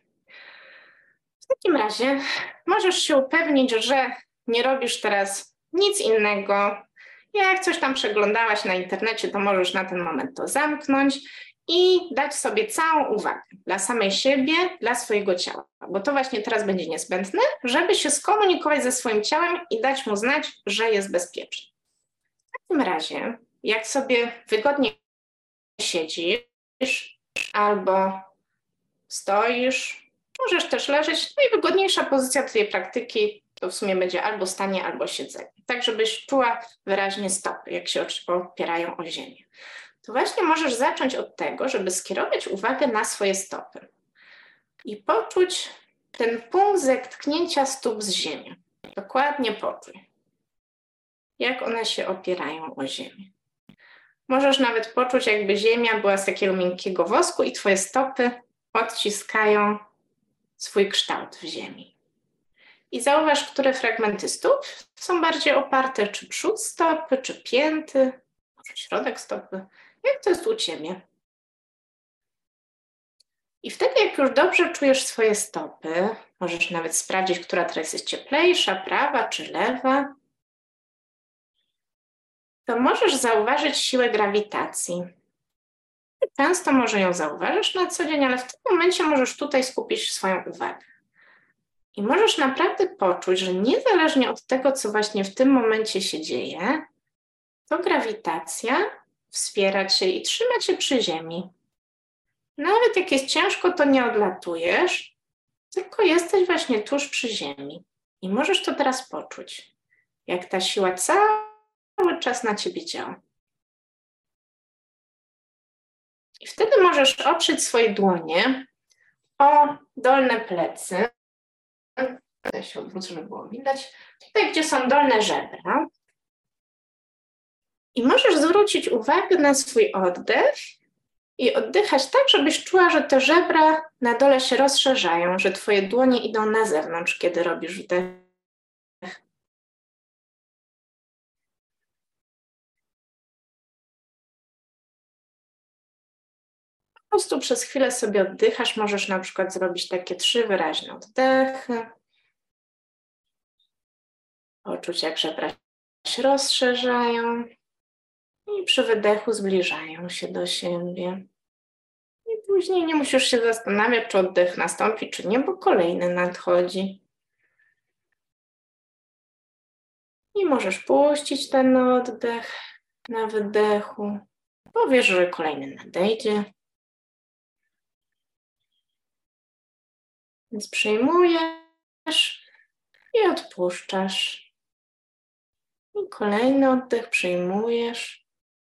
W takim razie możesz się upewnić, że nie robisz teraz nic innego. Jak coś tam przeglądałaś na internecie, to możesz na ten moment to zamknąć i dać sobie całą uwagę dla samej siebie, dla swojego ciała. Bo to właśnie teraz będzie niezbędne, żeby się skomunikować ze swoim ciałem i dać mu znać, że jest bezpieczny. W takim razie, jak sobie wygodnie siedzisz albo stoisz, możesz też leżeć. Najwygodniejsza pozycja tej praktyki to w sumie będzie albo stanie, albo siedzenie. Tak, żebyś czuła wyraźnie stopy, jak się opierają o ziemię. To właśnie możesz zacząć od tego, żeby skierować uwagę na swoje stopy i poczuć ten punkt zetknięcia stóp z ziemią. Dokładnie poczuj, jak one się opierają o ziemię. Możesz nawet poczuć, jakby ziemia była z takiego miękkiego wosku i twoje stopy odciskają swój kształt w ziemi. I zauważ, które fragmenty stóp są bardziej oparte, czy przód stopy, czy pięty, może środek stopy. Jak to jest u Ciebie? I wtedy, jak już dobrze czujesz swoje stopy, możesz nawet sprawdzić, która teraz jest cieplejsza, prawa czy lewa, to możesz zauważyć siłę grawitacji. Często może ją zauważysz na co dzień, ale w tym momencie możesz tutaj skupić swoją uwagę. I możesz naprawdę poczuć, że niezależnie od tego, co właśnie w tym momencie się dzieje, to grawitacja wspiera Cię i trzyma Cię przy ziemi. Nawet jak jest ciężko, to nie odlatujesz, tylko jesteś właśnie tuż przy ziemi. I możesz to teraz poczuć, jak ta siła cały czas na Ciebie działa. I wtedy możesz oprzeć swoje dłonie o dolne plecy. Tutaj się odwrócę, żeby było widać. Tutaj, gdzie są dolne żebra. I możesz zwrócić uwagę na swój oddech i oddychać tak, żebyś czuła, że te żebra na dole się rozszerzają, że twoje dłonie idą na zewnątrz, kiedy robisz wdech. Po prostu przez chwilę sobie oddychasz. Możesz na przykład zrobić takie 3 wyraźne oddechy. Poczuć, jak żebra się rozszerzają i przy wydechu zbliżają się do siebie. I później nie musisz się zastanawiać, czy oddech nastąpi, czy nie, bo kolejny nadchodzi. I możesz puścić ten oddech na wydechu. Powiesz, że kolejny nadejdzie. Więc przyjmujesz i odpuszczasz. I kolejny oddech przyjmujesz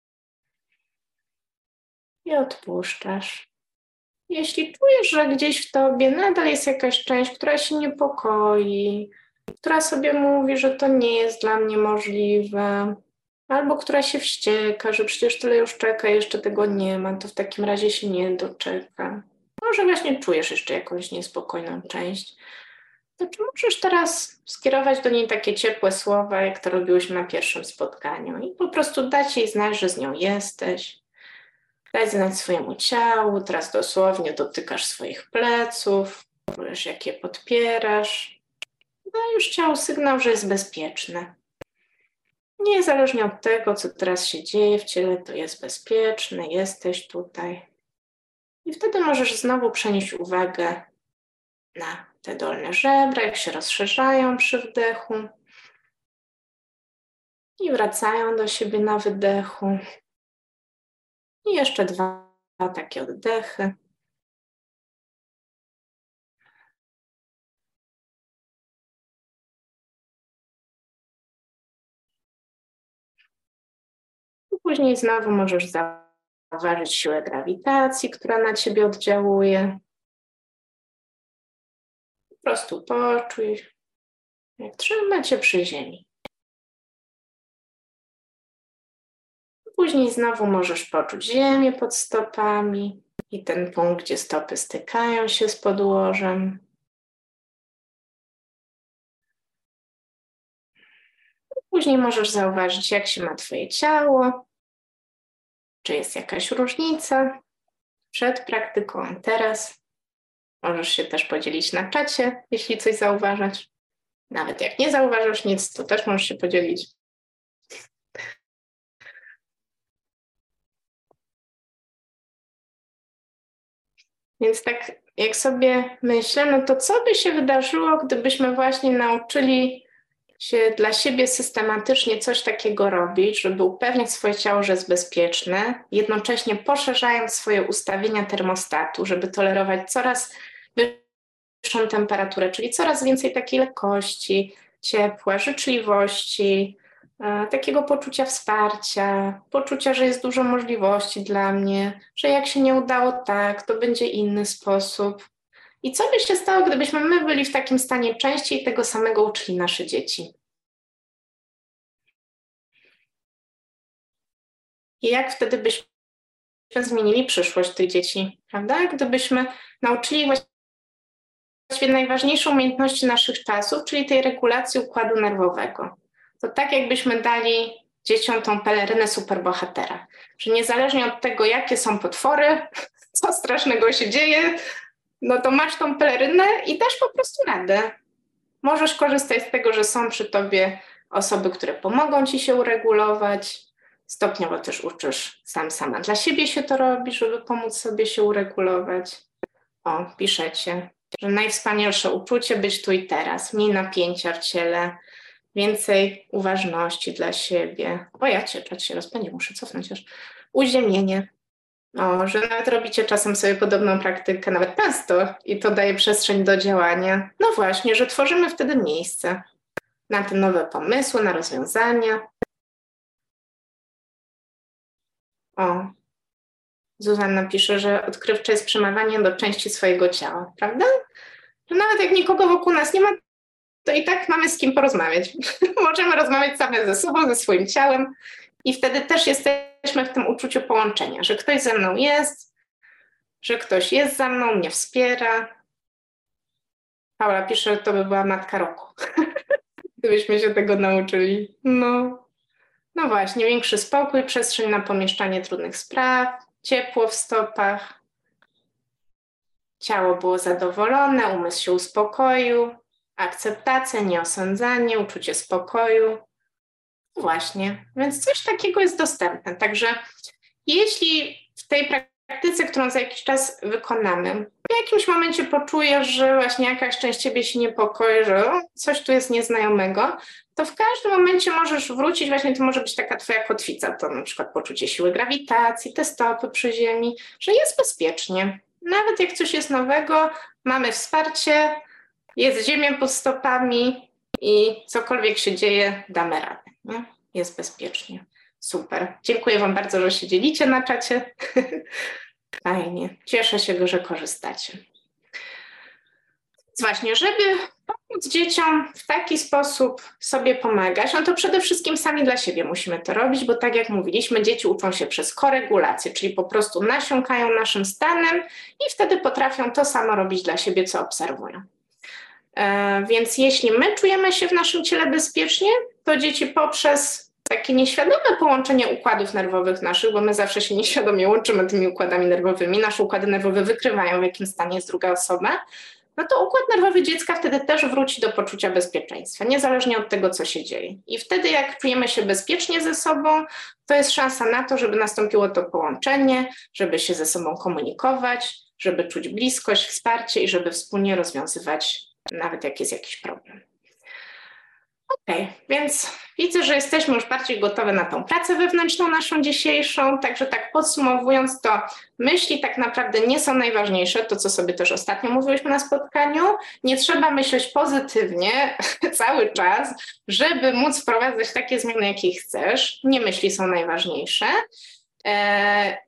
i odpuszczasz. Jeśli czujesz, że gdzieś w tobie nadal jest jakaś część, która się niepokoi, która sobie mówi, że to nie jest dla mnie możliwe, albo która się wścieka, że przecież tyle już czeka, jeszcze tego nie ma, to w takim razie się nie doczeka. Może właśnie czujesz jeszcze jakąś niespokojną część, to czy możesz teraz skierować do niej takie ciepłe słowa, jak to robiłyśmy na pierwszym spotkaniu i po prostu dać jej znać, że z nią jesteś, dać znać swojemu ciału, teraz dosłownie dotykasz swoich pleców, czujesz, jak je podpierasz, dajesz ciału sygnał, że jest bezpieczne. Niezależnie od tego, co teraz się dzieje w ciele, to jest bezpieczne, jesteś tutaj. I wtedy możesz znowu przenieść uwagę na te dolne żebra, jak się rozszerzają przy wdechu i wracają do siebie na wydechu. I jeszcze 2 takie oddechy. I później znowu możesz zauważyć siłę grawitacji, która na ciebie oddziałuje. Po prostu poczuj, jak trzyma cię przy ziemi. Później znowu możesz poczuć ziemię pod stopami I ten punkt, gdzie stopy stykają się z podłożem. Później możesz zauważyć, jak się ma twoje ciało, czy jest jakaś różnica przed praktyką, a teraz. Możesz się też podzielić na czacie, jeśli coś zauważasz. Nawet jak nie zauważasz nic, to też możesz się podzielić. Więc tak jak sobie myślę, no to co by się wydarzyło, gdybyśmy właśnie nauczyli się dla siebie systematycznie coś takiego robić, żeby upewnić swoje ciało, że jest bezpieczne, jednocześnie poszerzając swoje ustawienia termostatu, żeby tolerować coraz wyższą temperaturę, czyli coraz więcej takiej lekkości, ciepła, życzliwości, takiego poczucia wsparcia, poczucia, że jest dużo możliwości dla mnie, że jak się nie udało tak, to będzie inny sposób. I co by się stało, gdybyśmy my byli w takim stanie częściej tego samego uczyli nasze dzieci? I jak wtedy byśmy zmienili przyszłość tych dzieci, prawda? Gdybyśmy nauczyli właściwie najważniejszą umiejętności naszych czasów, czyli tej regulacji układu nerwowego. To tak jakbyśmy dali dzieciom tą pelerynę superbohatera, że niezależnie od tego, jakie są potwory, co strasznego się dzieje, no to masz tą pelerynę i dasz po prostu radę. Możesz korzystać z tego, że są przy tobie osoby, które pomogą ci się uregulować. Stopniowo też uczysz sama dla siebie się to robi, żeby pomóc sobie się uregulować. O, piszecie, że najwspanialsze uczucie być tu i teraz, mniej napięcia w ciele, więcej uważności dla siebie. O, czat się rozpędzi, muszę cofnąć już. Uziemienie. O, że nawet robicie czasem sobie podobną praktykę, nawet często, i to daje przestrzeń do działania. No właśnie, że tworzymy wtedy miejsce na te nowe pomysły, na rozwiązania. O, Zuzanna pisze, że odkrywcze jest przemawianie do części swojego ciała, prawda? Że nawet jak nikogo wokół nas nie ma, to i tak mamy z kim porozmawiać. Możemy rozmawiać same ze sobą, ze swoim ciałem i wtedy też jesteśmy w tym uczuciu połączenia, że ktoś ze mną jest, że ktoś jest za mną, mnie wspiera. Paula pisze, że to by była matka roku, gdybyśmy się tego nauczyli. No właśnie, większy spokój, przestrzeń na pomieszczanie trudnych spraw, ciepło w stopach, ciało było zadowolone, umysł się uspokoił, akceptacja, nieosądzanie, uczucie spokoju. Właśnie, więc coś takiego jest dostępne. Także jeśli w tej praktyce, którą za jakiś czas wykonamy, w jakimś momencie poczujesz, że właśnie jakaś część ciebie się niepokoi, że coś tu jest nieznajomego, to w każdym momencie możesz wrócić, właśnie to może być taka twoja kotwica, to na przykład poczucie siły grawitacji, te stopy przy ziemi, że jest bezpiecznie. Nawet jak coś jest nowego, mamy wsparcie, jest ziemia pod stopami i cokolwiek się dzieje, damy radę. Nie? Jest bezpiecznie. Super. Dziękuję wam bardzo, że się dzielicie na czacie. Fajnie. Cieszę się, że korzystacie. Więc właśnie, żeby pomóc dzieciom w taki sposób sobie pomagać, no to przede wszystkim sami dla siebie musimy to robić, bo tak jak mówiliśmy, dzieci uczą się przez koregulację, czyli po prostu nasiąkają naszym stanem i wtedy potrafią to samo robić dla siebie, co obserwują. Więc jeśli my czujemy się w naszym ciele bezpiecznie, to dzieci poprzez takie nieświadome połączenie układów nerwowych naszych, bo my zawsze się nieświadomie łączymy tymi układami nerwowymi, nasze układy nerwowe wykrywają, w jakim stanie jest druga osoba, no to układ nerwowy dziecka wtedy też wróci do poczucia bezpieczeństwa, niezależnie od tego, co się dzieje. I wtedy jak czujemy się bezpiecznie ze sobą, to jest szansa na to, żeby nastąpiło to połączenie, żeby się ze sobą komunikować, żeby czuć bliskość, wsparcie i żeby wspólnie rozwiązywać nawet jak jest jakiś problem. Okej, więc widzę, że jesteśmy już bardziej gotowe na tą pracę wewnętrzną naszą dzisiejszą, także tak podsumowując, to myśli tak naprawdę nie są najważniejsze, to co sobie też ostatnio mówiłyśmy na spotkaniu, nie trzeba myśleć pozytywnie cały czas, żeby móc wprowadzać takie zmiany, jakie chcesz, nie myśli są najważniejsze.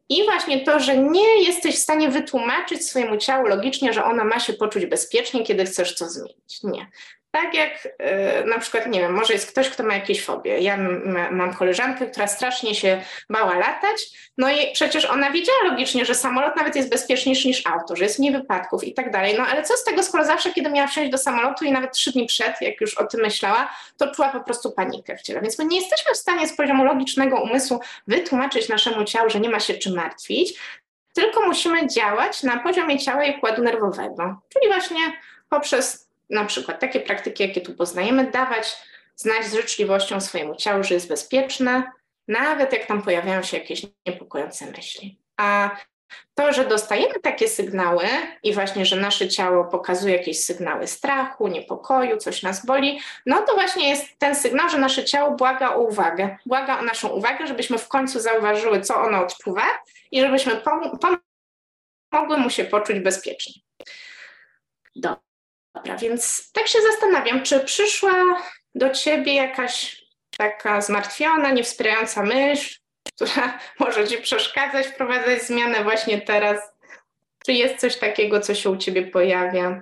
I właśnie to, że nie jesteś w stanie wytłumaczyć swojemu ciału logicznie, że ono ma się poczuć bezpiecznie, kiedy chcesz coś zmienić. Nie. Tak jak na przykład, nie wiem, może jest ktoś, kto ma jakieś fobie. Ja mam koleżankę, która strasznie się bała latać, no i przecież ona wiedziała logicznie, że samolot nawet jest bezpieczniejszy niż auto, że jest mniej wypadków i tak dalej. No ale co z tego, skoro zawsze, kiedy miała wsiąść do samolotu i nawet 3 dni przed, jak już o tym myślała, to czuła po prostu panikę w ciele. Więc my nie jesteśmy w stanie z poziomu logicznego umysłu wytłumaczyć naszemu ciału, że nie ma się czym martwić, tylko musimy działać na poziomie ciała i układu nerwowego, czyli właśnie poprzez na przykład takie praktyki, jakie tu poznajemy, dawać znać z życzliwością swojemu ciału, że jest bezpieczne, nawet jak tam pojawiają się jakieś niepokojące myśli. A to, że dostajemy takie sygnały i właśnie, że nasze ciało pokazuje jakieś sygnały strachu, niepokoju, coś nas boli, no to właśnie jest ten sygnał, że nasze ciało błaga o uwagę. Błaga o naszą uwagę, żebyśmy w końcu zauważyły, co ono odczuwa i żebyśmy pomogły mu się poczuć bezpiecznie. Dobra, więc tak się zastanawiam, czy przyszła do ciebie jakaś taka zmartwiona, niewspierająca myśl, która może ci przeszkadzać, wprowadzać zmianę właśnie teraz? Czy jest coś takiego, co się u ciebie pojawia?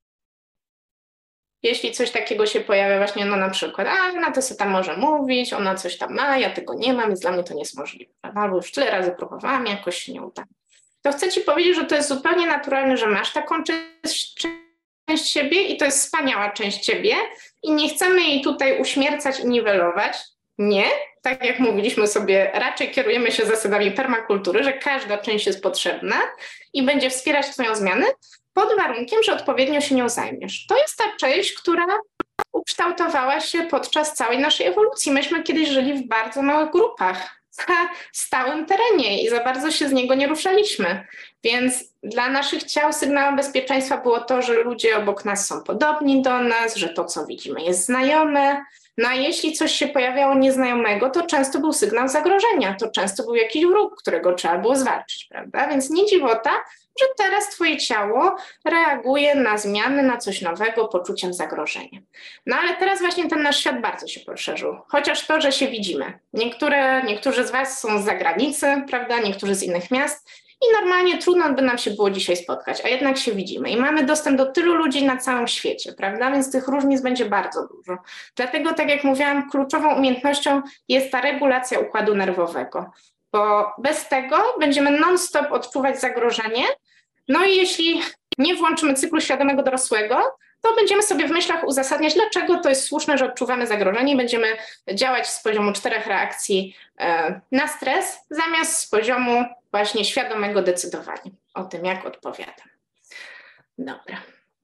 Jeśli coś takiego się pojawia właśnie, no na przykład, ona to sobie tam może mówić, ona coś tam ma, ja tego nie mam, więc dla mnie to nie jest możliwe. Albo już tyle razy próbowałam, jakoś się nie uda. To chcę ci powiedzieć, że to jest zupełnie naturalne, że masz taką część siebie i to jest wspaniała część ciebie i nie chcemy jej tutaj uśmiercać i niwelować. Nie, tak jak mówiliśmy sobie, raczej kierujemy się zasadami permakultury, że każda część jest potrzebna i będzie wspierać twoją zmianę pod warunkiem, że odpowiednio się nią zajmiesz. To jest ta część, która ukształtowała się podczas całej naszej ewolucji. Myśmy kiedyś żyli w bardzo małych grupach, na stałym terenie i za bardzo się z niego nie ruszaliśmy. Więc dla naszych ciał sygnałem bezpieczeństwa było to, że ludzie obok nas są podobni do nas, że to, co widzimy, jest znajome. No a jeśli coś się pojawiało nieznajomego, to często był sygnał zagrożenia, to często był jakiś wróg, którego trzeba było zwalczyć, prawda? Więc nie dziwota, że teraz twoje ciało reaguje na zmiany, na coś nowego, poczuciem zagrożenia. No ale teraz właśnie ten nasz świat bardzo się poszerzył, chociaż to, że się widzimy. Niektórzy z was są z zagranicy, prawda, niektórzy z innych miast i normalnie trudno by nam się było dzisiaj spotkać, a jednak się widzimy i mamy dostęp do tylu ludzi na całym świecie, prawda, więc tych różnic będzie bardzo dużo. Dlatego, tak jak mówiłam, kluczową umiejętnością jest ta regulacja układu nerwowego, bo bez tego będziemy non-stop odczuwać zagrożenie. No i jeśli nie włączymy cyklu świadomego dorosłego, to będziemy sobie w myślach uzasadniać, dlaczego to jest słuszne, że odczuwamy zagrożenie i będziemy działać z poziomu 4 reakcji na stres, zamiast z poziomu właśnie świadomego decydowania o tym, jak odpowiadam. Dobra.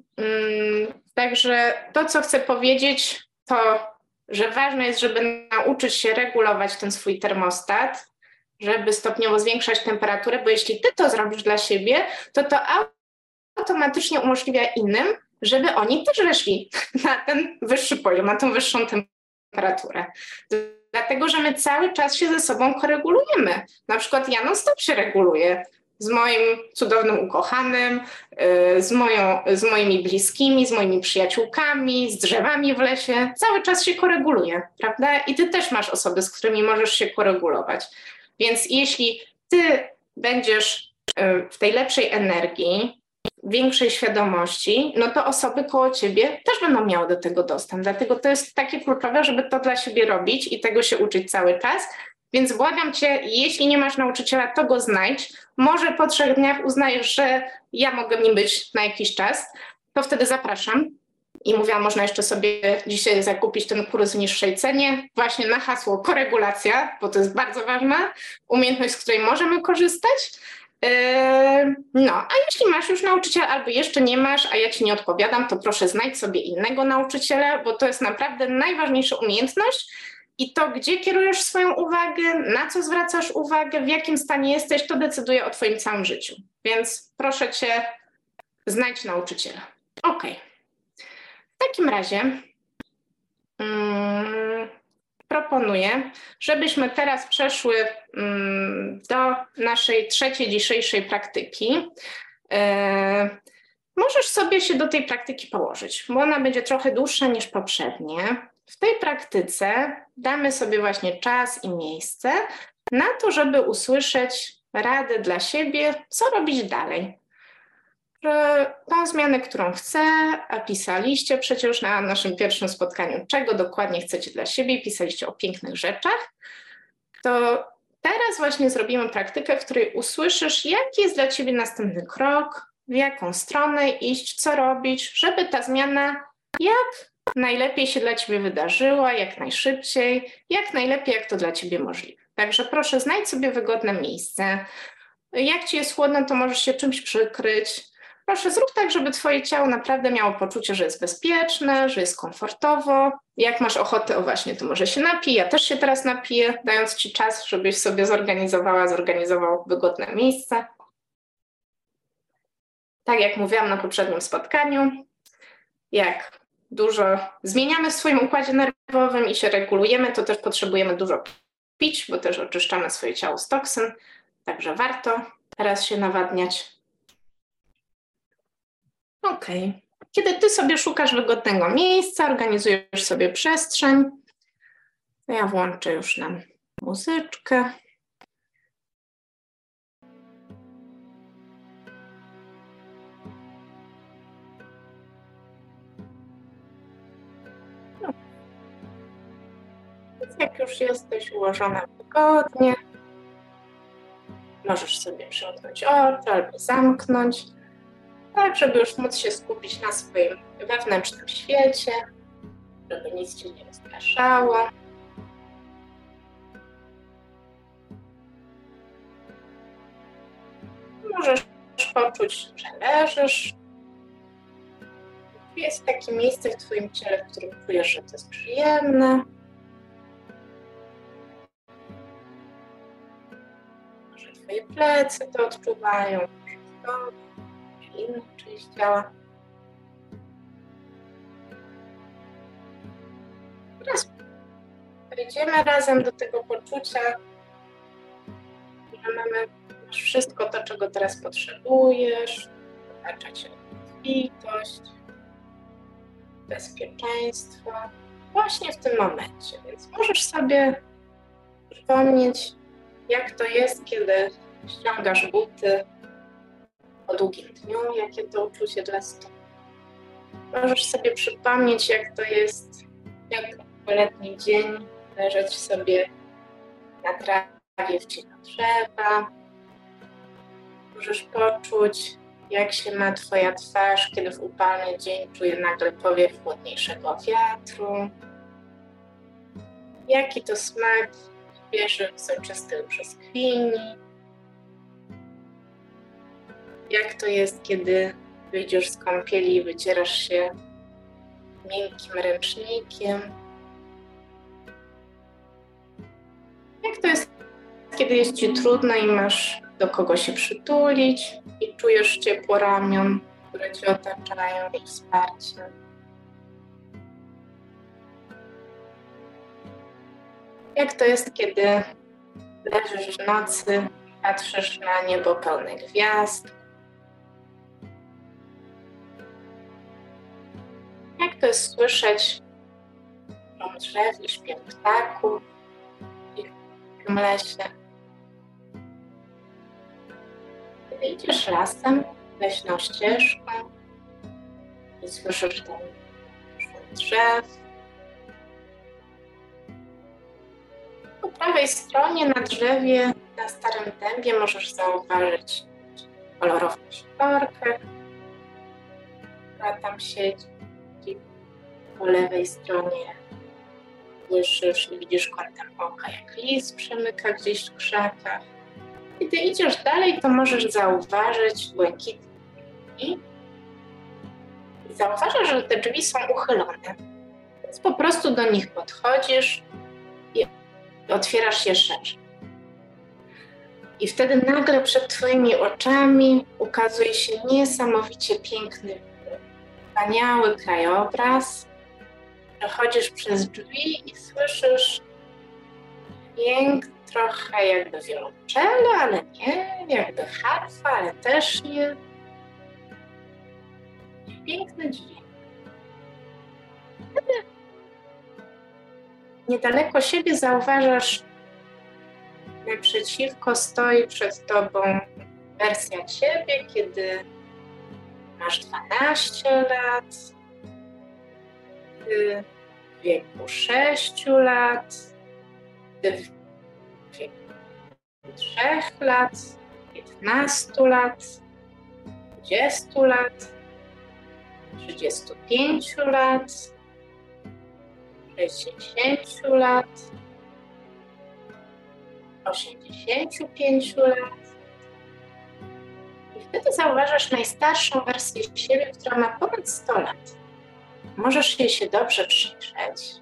Także to, co chcę powiedzieć, to, że ważne jest, żeby nauczyć się regulować ten swój termostat, żeby stopniowo zwiększać temperaturę, bo jeśli ty to zrobisz dla siebie, to automatycznie umożliwia innym, żeby oni też weszli na ten wyższy poziom, na tą wyższą temperaturę. Dlatego, że my cały czas się ze sobą koregulujemy. Na przykład ja non-stop się reguluję z moim cudownym ukochanym, z moimi bliskimi, z moimi przyjaciółkami, z drzewami w lesie. Cały czas się koreguluję, prawda? I ty też masz osoby, z którymi możesz się koregulować. Więc jeśli ty będziesz w tej lepszej energii, większej świadomości, no to osoby koło ciebie też będą miały do tego dostęp. Dlatego to jest takie kluczowe, żeby to dla siebie robić i tego się uczyć cały czas. Więc błagam cię, jeśli nie masz nauczyciela, to go znajdź. Może po 3 dniach uznajesz, że ja mogę nim być na jakiś czas, to wtedy zapraszam. I mówiłam, można jeszcze sobie dzisiaj zakupić ten kurs w niższej cenie, właśnie na hasło koregulacja, bo to jest bardzo ważna umiejętność, z której możemy korzystać. No, a jeśli masz już nauczyciela albo jeszcze nie masz, a ja ci nie odpowiadam, to proszę znajdź sobie innego nauczyciela, bo to jest naprawdę najważniejsza umiejętność i to, gdzie kierujesz swoją uwagę, na co zwracasz uwagę, w jakim stanie jesteś, to decyduje o twoim całym życiu. Więc proszę cię, znajdź nauczyciela. Okej. W takim razie proponuję, żebyśmy teraz przeszły do naszej trzeciej dzisiejszej praktyki. Możesz sobie się do tej praktyki położyć, bo ona będzie trochę dłuższa niż poprzednie. W tej praktyce damy sobie właśnie czas i miejsce na to, żeby usłyszeć radę dla siebie, co robić dalej. Że tą zmianę, którą chcę, a pisaliście przecież na naszym pierwszym spotkaniu, czego dokładnie chcecie dla siebie, pisaliście o pięknych rzeczach, to teraz właśnie zrobimy praktykę, w której usłyszysz, jaki jest dla ciebie następny krok, w jaką stronę iść, co robić, żeby ta zmiana jak najlepiej się dla ciebie wydarzyła, jak najszybciej, jak najlepiej, jak to dla ciebie możliwe. Także proszę, znajdź sobie wygodne miejsce. Jak ci jest chłodno, to możesz się czymś przykryć. Proszę, zrób tak, żeby twoje ciało naprawdę miało poczucie, że jest bezpieczne, że jest komfortowo. Jak masz ochotę, o właśnie, to może się napij. Ja też się teraz napiję, dając ci czas, żebyś sobie zorganizował wygodne miejsce. Tak jak mówiłam na poprzednim spotkaniu, jak dużo zmieniamy w swoim układzie nerwowym i się regulujemy, to też potrzebujemy dużo pić, bo też oczyszczamy swoje ciało z toksyn. Także warto teraz się nawadniać. Okej. Kiedy ty sobie szukasz wygodnego miejsca, organizujesz sobie przestrzeń, to ja włączę już nam muzyczkę. No. Więc jak już jesteś ułożona wygodnie, możesz sobie przymknąć oczy albo zamknąć, tak żeby już móc się skupić na swoim wewnętrznym świecie, żeby nic cię nie rozpraszało. Możesz poczuć, że leżysz. Jest takie miejsce w twoim ciele, w którym czujesz, że to jest przyjemne. Może twoje plecy to odczuwają, może inna część ciała. Teraz przejdziemy razem do tego poczucia, że masz wszystko to, czego teraz potrzebujesz. Otacza cię obfitość, bezpieczeństwo właśnie w tym momencie. Więc możesz sobie przypomnieć, jak to jest, kiedy ściągasz buty po długim dniu, jakie to uczucie dla stóp. Możesz sobie przypomnieć, jak to jest, jak w letni dzień leżeć sobie na trawie w cieniu drzewa. Możesz poczuć, jak się ma twoja twarz, kiedy w upalny dzień czuje nagle powiew chłodniejszego wiatru. Jaki to smak świeżych, soczystych brzoskwini. Jak to jest, kiedy wyjdziesz z kąpieli i wycierasz się miękkim ręcznikiem. Jak to jest, kiedy jest ci trudno i masz do kogo się przytulić i czujesz ciepło ramion, które cię otaczają i wsparcie. Jak to jest, kiedy leżysz w nocy, patrzysz na niebo pełne gwiazd. Jak to jest słyszeć szum drzew i śpiew ptaków w tym lesie. Kiedy idziesz lasem, leśną ścieżką i słyszysz ten szum drzew. Po prawej stronie na drzewie, na starym dębie możesz zauważyć kolorową sikorkę, która tam siedzi. Po lewej stronie słyszysz i widzisz kątem oka, jak lis przemyka gdzieś w krzakach. Kiedy idziesz dalej, to możesz zauważyć błękitne drzwi i zauważasz, że te drzwi są uchylone. Więc po prostu do nich podchodzisz i otwierasz je szerzej. I wtedy nagle przed twoimi oczami ukazuje się niesamowicie piękny, wspaniały krajobraz. Przechodzisz przez drzwi i słyszysz dźwięk trochę jakby wiolonczela, ale nie, jakby harfa, ale też nie. Piękny dźwięk. Wtedy niedaleko siebie zauważasz, jak naprzeciwko stoi przed tobą wersja ciebie, kiedy masz 12 lat, ty w wieku 6 lat, ty w wieku 3 lat, 15 lat, 20 lat, 35 lat, 60 lat, 85 lat. I wtedy zauważasz najstarszą wersję siebie, która ma ponad 100 lat. Możesz jej się dobrze przyjrzeć.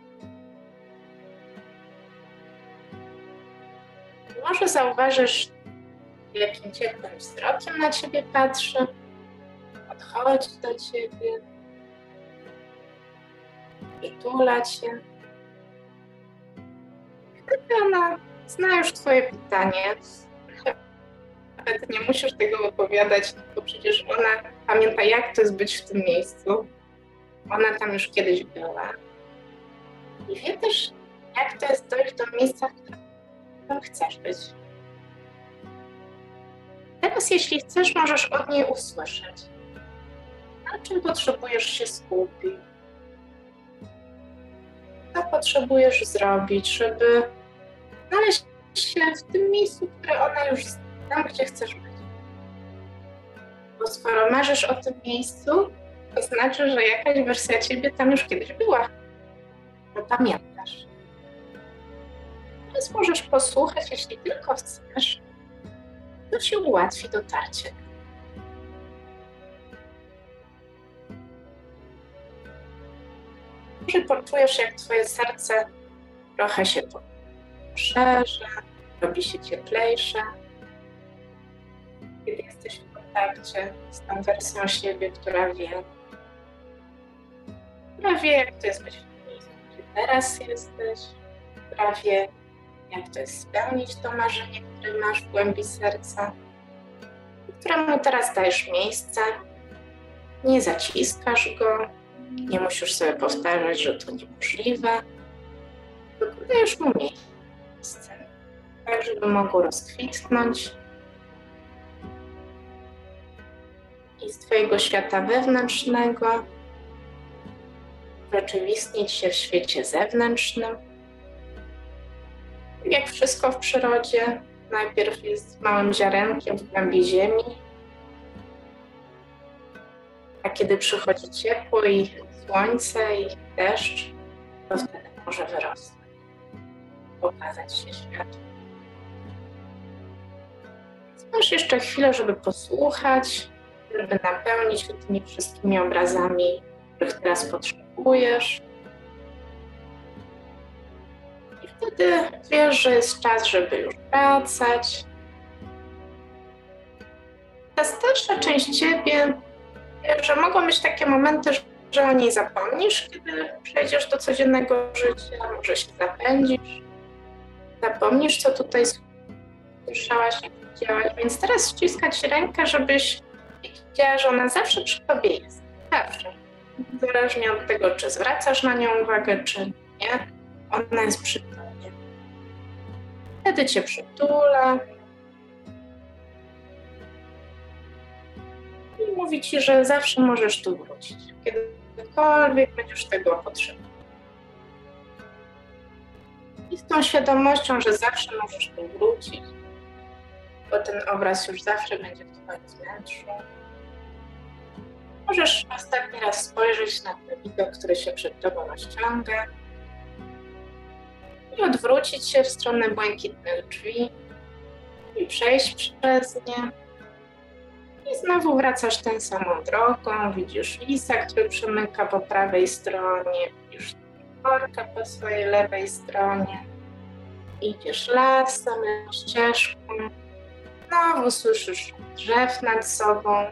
Może zauważysz, jakim ciepłym wzrokiem na ciebie patrzy, podchodzi do ciebie, przytula cię. Wtedy ona zna już twoje pytanie. Nawet nie musisz tego opowiadać, bo przecież ona pamięta, jak to jest być w tym miejscu. Ona tam już kiedyś była. I wie też, jak to jest dojść do miejsca, w którym chcesz być. Teraz, jeśli chcesz, możesz od niej usłyszeć, na czym potrzebujesz się skupić, co potrzebujesz zrobić, żeby znaleźć się w tym miejscu, które ona już zna, tam, gdzie chcesz być. Bo skoro marzysz o tym miejscu, to znaczy, że jakaś wersja ciebie tam już kiedyś była, że pamiętasz. Teraz możesz posłuchać, jeśli tylko chcesz, to ci ułatwi dotarcie. Może poczujesz, jak twoje serce trochę się poszerza, robi się cieplejsze, kiedy jesteś w kontakcie z tą wersją siebie, która wie, jak to jest być w tym miejscu, gdzie teraz jesteś, która wie, jak to jest spełnić to marzenie, które masz w głębi serca, któremu teraz dajesz miejsce, nie zaciskasz go, nie musisz sobie powtarzać, że to niemożliwe, tylko dajesz mu miejsce, tak żeby mogło rozkwitnąć i z twojego świata wewnętrznego urzeczywistnić się w świecie zewnętrznym. Jak wszystko w przyrodzie, najpierw jest małym ziarenkiem w głębi ziemi, a kiedy przychodzi ciepło i słońce i deszcz, to wtedy może wyrosnąć, pokazać się światu. Masz jeszcze chwilę, żeby posłuchać, żeby napełnić się tymi wszystkimi obrazami, których teraz potrzebujesz. I wtedy wiesz, że jest czas, żeby już wracać. Ta starsza część ciebie wie, że mogą być takie momenty, że o niej zapomnisz, kiedy przejdziesz do codziennego życia, może się zapędzisz, zapomnisz, co tutaj słyszałaś i widziałaś, więc teraz ściskać ci rękę, żebyś wiedziała, że ona zawsze przy tobie jest. Zawsze. Zależnie od tego, czy zwracasz na nią uwagę, czy nie, ona jest przy tobie. Wtedy cię przytula i mówi ci, że zawsze możesz tu wrócić, kiedykolwiek będziesz tego potrzebował. I z tą świadomością, że zawsze możesz tu wrócić, bo ten obraz już zawsze będzie w twoim wnętrzu. Możesz ostatni raz spojrzeć na ten widok, który się przed tobą rozciąga i odwrócić się w stronę błękitnych drzwi i przejść przez nie. I znowu wracasz tą samą drogą, widzisz lisa, który przemyka po prawej stronie, widzisz orka po swojej lewej stronie. Idziesz lasem, ścieżką, znowu słyszysz drzew nad sobą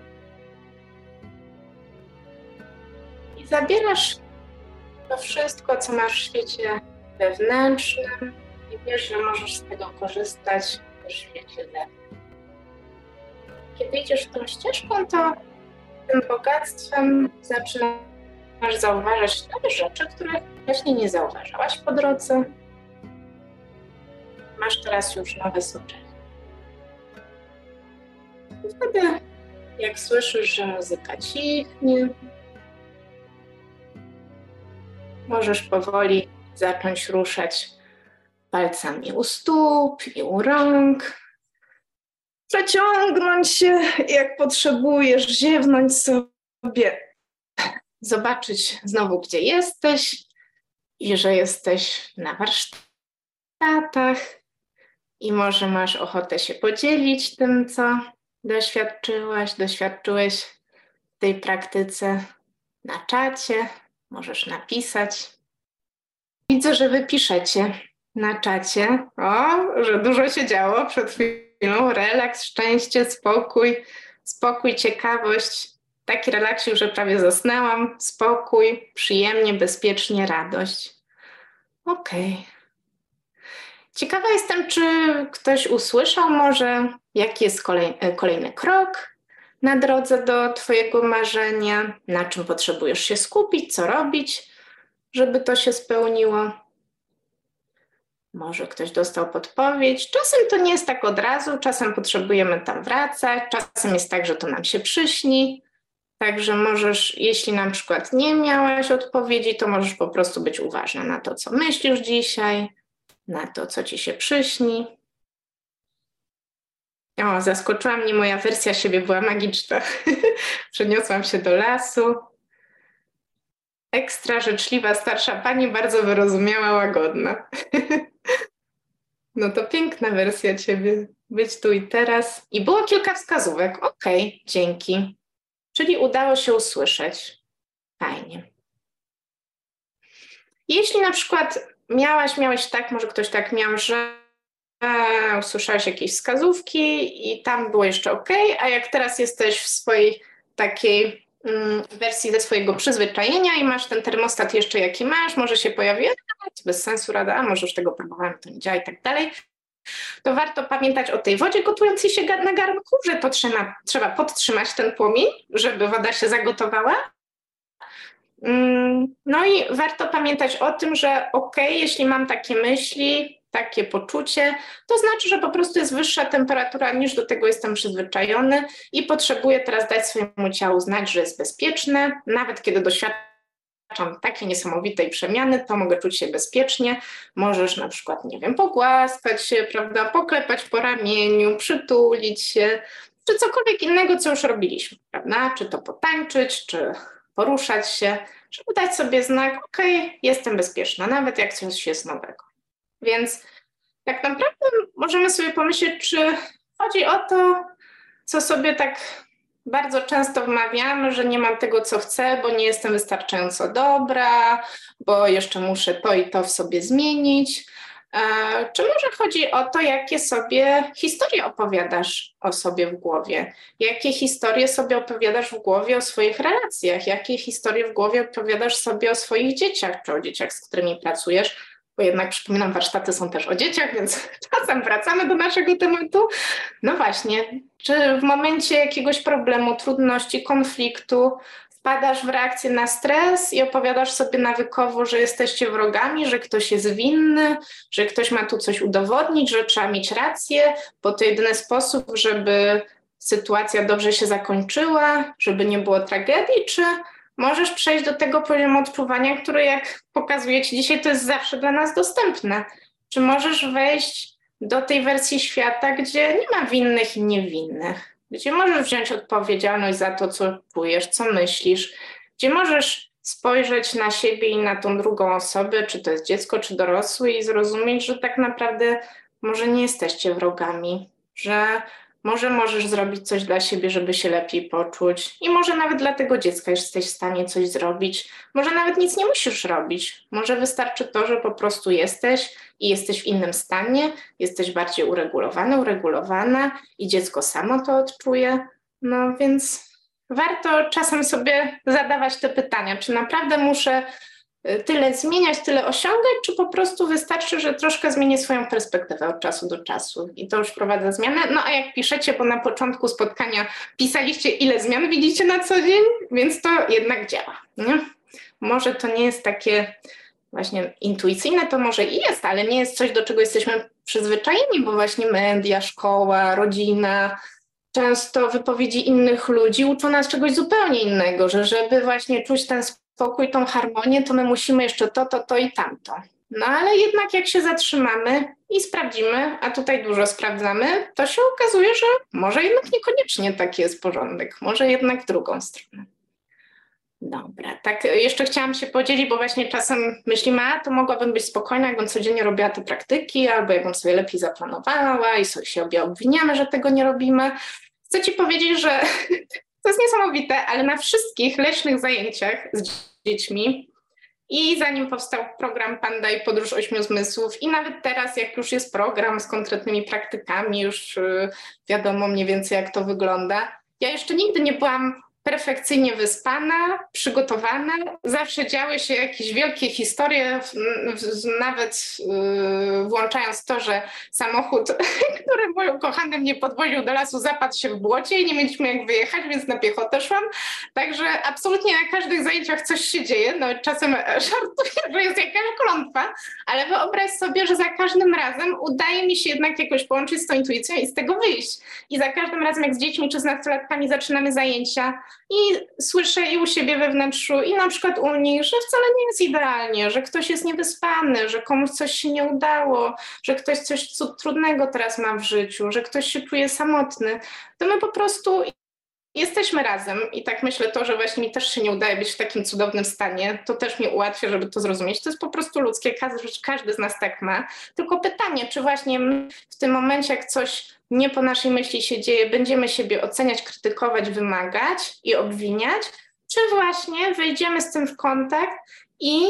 i zabierasz to wszystko, co masz w świecie wewnętrznym i wiesz, że możesz z tego korzystać w świecie zewnętrznym. Kiedy idziesz tą ścieżką, to tym bogactwem zaczynasz zauważać nowe rzeczy, których wcześniej nie zauważałaś po drodze. masz teraz już nowe soczewki. I wtedy, jak słyszysz, że muzyka cichnie, możesz powoli zacząć ruszać palcami u stóp i u rąk. Przeciągnąć się, jak potrzebujesz, ziewnąć sobie, zobaczyć znowu, gdzie jesteś i że jesteś na warsztatach i może masz ochotę się podzielić tym, co doświadczyłeś w tej praktyce na czacie. Możesz napisać. Widzę, że wy piszecie na czacie, że dużo się działo przed chwilą. Relaks, szczęście, spokój, ciekawość. Taki relaksik, że prawie zasnęłam. Spokój, przyjemnie, bezpiecznie, radość. Okej. Ciekawa jestem, czy ktoś usłyszał może, jaki jest kolejny krok na drodze do twojego marzenia, na czym potrzebujesz się skupić, co robić, żeby to się spełniło. Może ktoś dostał podpowiedź. Czasem to nie jest tak od razu, czasem potrzebujemy tam wracać, czasem jest tak, że to nam się przyśni. Także możesz, jeśli na przykład nie miałaś odpowiedzi, to możesz po prostu być uważna na to, co myślisz dzisiaj, na to, co ci się przyśni. Zaskoczyła mnie, moja wersja siebie była magiczna. Przeniosłam się do lasu. Ekstra życzliwa starsza pani, bardzo wyrozumiała, łagodna. No to piękna wersja ciebie. Być tu i teraz. I było kilka wskazówek. Okej, dzięki. Czyli udało się usłyszeć. Fajnie. Jeśli na przykład miałeś tak, może ktoś tak miał, że usłyszałeś jakieś wskazówki i tam było jeszcze okej, a jak teraz jesteś w swojej takiej wersji ze swojego przyzwyczajenia i masz ten termostat jeszcze jaki masz, może się pojawi, bez sensu rada, może już tego próbowałem, to nie działa i tak dalej, to warto pamiętać o tej wodzie gotującej się na garnku, że to trzeba podtrzymać ten płomień, żeby woda się zagotowała. No i warto pamiętać o tym, że jeśli mam takie myśli, takie poczucie, to znaczy, że po prostu jest wyższa temperatura, niż do tego jestem przyzwyczajony i potrzebuję teraz dać swojemu ciału znać, że jest bezpieczne. Nawet kiedy doświadczam takiej niesamowitej przemiany, to mogę czuć się bezpiecznie. Możesz na przykład, pogłaskać się, prawda, poklepać po ramieniu, przytulić się, czy cokolwiek innego, co już robiliśmy, prawda? Czy to potańczyć, czy poruszać się, żeby dać sobie znak, jestem bezpieczna, nawet jak coś jest nowego. Więc tak naprawdę możemy sobie pomyśleć, czy chodzi o to, co sobie tak bardzo często wmawiamy, że nie mam tego, co chcę, bo nie jestem wystarczająco dobra, bo jeszcze muszę to i to w sobie zmienić. Czy może chodzi o to, jakie sobie historie opowiadasz o sobie w głowie? Jakie historie sobie opowiadasz w głowie o swoich relacjach? Jakie historie w głowie opowiadasz sobie o swoich dzieciach, czy o dzieciach, z którymi pracujesz? Bo jednak przypominam, warsztaty są też o dzieciach, więc czasem wracamy do naszego tematu. No właśnie, czy w momencie jakiegoś problemu, trudności, konfliktu wpadasz w reakcję na stres i opowiadasz sobie nawykowo, że jesteście wrogami, że ktoś jest winny, że ktoś ma tu coś udowodnić, że trzeba mieć rację, bo to jedyny sposób, żeby sytuacja dobrze się zakończyła, żeby nie było tragedii, czy możesz przejść do tego poziomu odczuwania, który, jak pokazuję ci dzisiaj, to jest zawsze dla nas dostępne. Czy możesz wejść do tej wersji świata, gdzie nie ma winnych i niewinnych, gdzie możesz wziąć odpowiedzialność za to, co czujesz, co myślisz, gdzie możesz spojrzeć na siebie i na tą drugą osobę, czy to jest dziecko, czy dorosły, i zrozumieć, że tak naprawdę może nie jesteście wrogami, że może możesz zrobić coś dla siebie, żeby się lepiej poczuć, i może nawet dla tego dziecka jesteś w stanie coś zrobić. Może nawet nic nie musisz robić. Może wystarczy to, że po prostu jesteś i jesteś w innym stanie, jesteś bardziej uregulowany, uregulowana i dziecko samo to odczuje. No więc warto czasem sobie zadawać te pytania, czy naprawdę muszę tyle zmieniać, tyle osiągać, czy po prostu wystarczy, że troszkę zmienię swoją perspektywę od czasu do czasu i to już wprowadza zmianę. No a jak piszecie, bo na początku spotkania pisaliście, ile zmian widzicie na co dzień, więc to jednak działa, nie? Może to nie jest takie właśnie intuicyjne to może i jest, ale nie jest coś, do czego jesteśmy przyzwyczajeni, bo właśnie media, szkoła, rodzina, często wypowiedzi innych ludzi uczą nas czegoś zupełnie innego, że żeby właśnie czuć ten spokój, tą harmonię, to my musimy jeszcze to i tamto. No ale jednak jak się zatrzymamy i sprawdzimy, a tutaj dużo sprawdzamy, to się okazuje, że może jednak niekoniecznie taki jest porządek, może jednak w drugą stronę. Dobra, tak jeszcze chciałam się podzielić, bo właśnie czasem myślimy, a to mogłabym być spokojna, jakbym codziennie robiła te praktyki, albo jakbym sobie lepiej zaplanowała i sobie się obwiniamy, że tego nie robimy. Chcę Ci powiedzieć, że to jest niesamowite, ale na wszystkich leśnych zajęciach z dziećmi i zanim powstał program Panda i Podróż Ośmiu Zmysłów i nawet teraz, jak już jest program z konkretnymi praktykami, już wiadomo mniej więcej jak to wygląda, ja jeszcze nigdy nie byłam perfekcyjnie wyspana, przygotowana. Zawsze działy się jakieś wielkie historie, nawet włączając to, że samochód, który mój ukochany mnie podwoził do lasu, zapadł się w błocie i nie mieliśmy jak wyjechać, więc na piechotę szłam. Także absolutnie na każdych zajęciach coś się dzieje. No, czasem żartuję, że jest jakaś klątwa, ale wyobraź sobie, że za każdym razem udaje mi się jednak jakoś połączyć z tą intuicją i z tego wyjść. I za każdym razem, jak z dziećmi czy z nastolatkami zaczynamy zajęcia, i słyszę i u siebie we wnętrzu, i na przykład u nich, że wcale nie jest idealnie, że ktoś jest niewyspany, że komuś coś się nie udało, że ktoś coś trudnego teraz ma w życiu, że ktoś się czuje samotny. To my po prostu jesteśmy razem i tak myślę to, że właśnie mi też się nie udaje być w takim cudownym stanie, to też mi ułatwia, żeby to zrozumieć. To jest po prostu ludzkie, każdy z nas tak ma. Tylko pytanie, czy właśnie w tym momencie, jak coś nie po naszej myśli się dzieje, będziemy siebie oceniać, krytykować, wymagać i obwiniać, czy właśnie wejdziemy z tym w kontakt i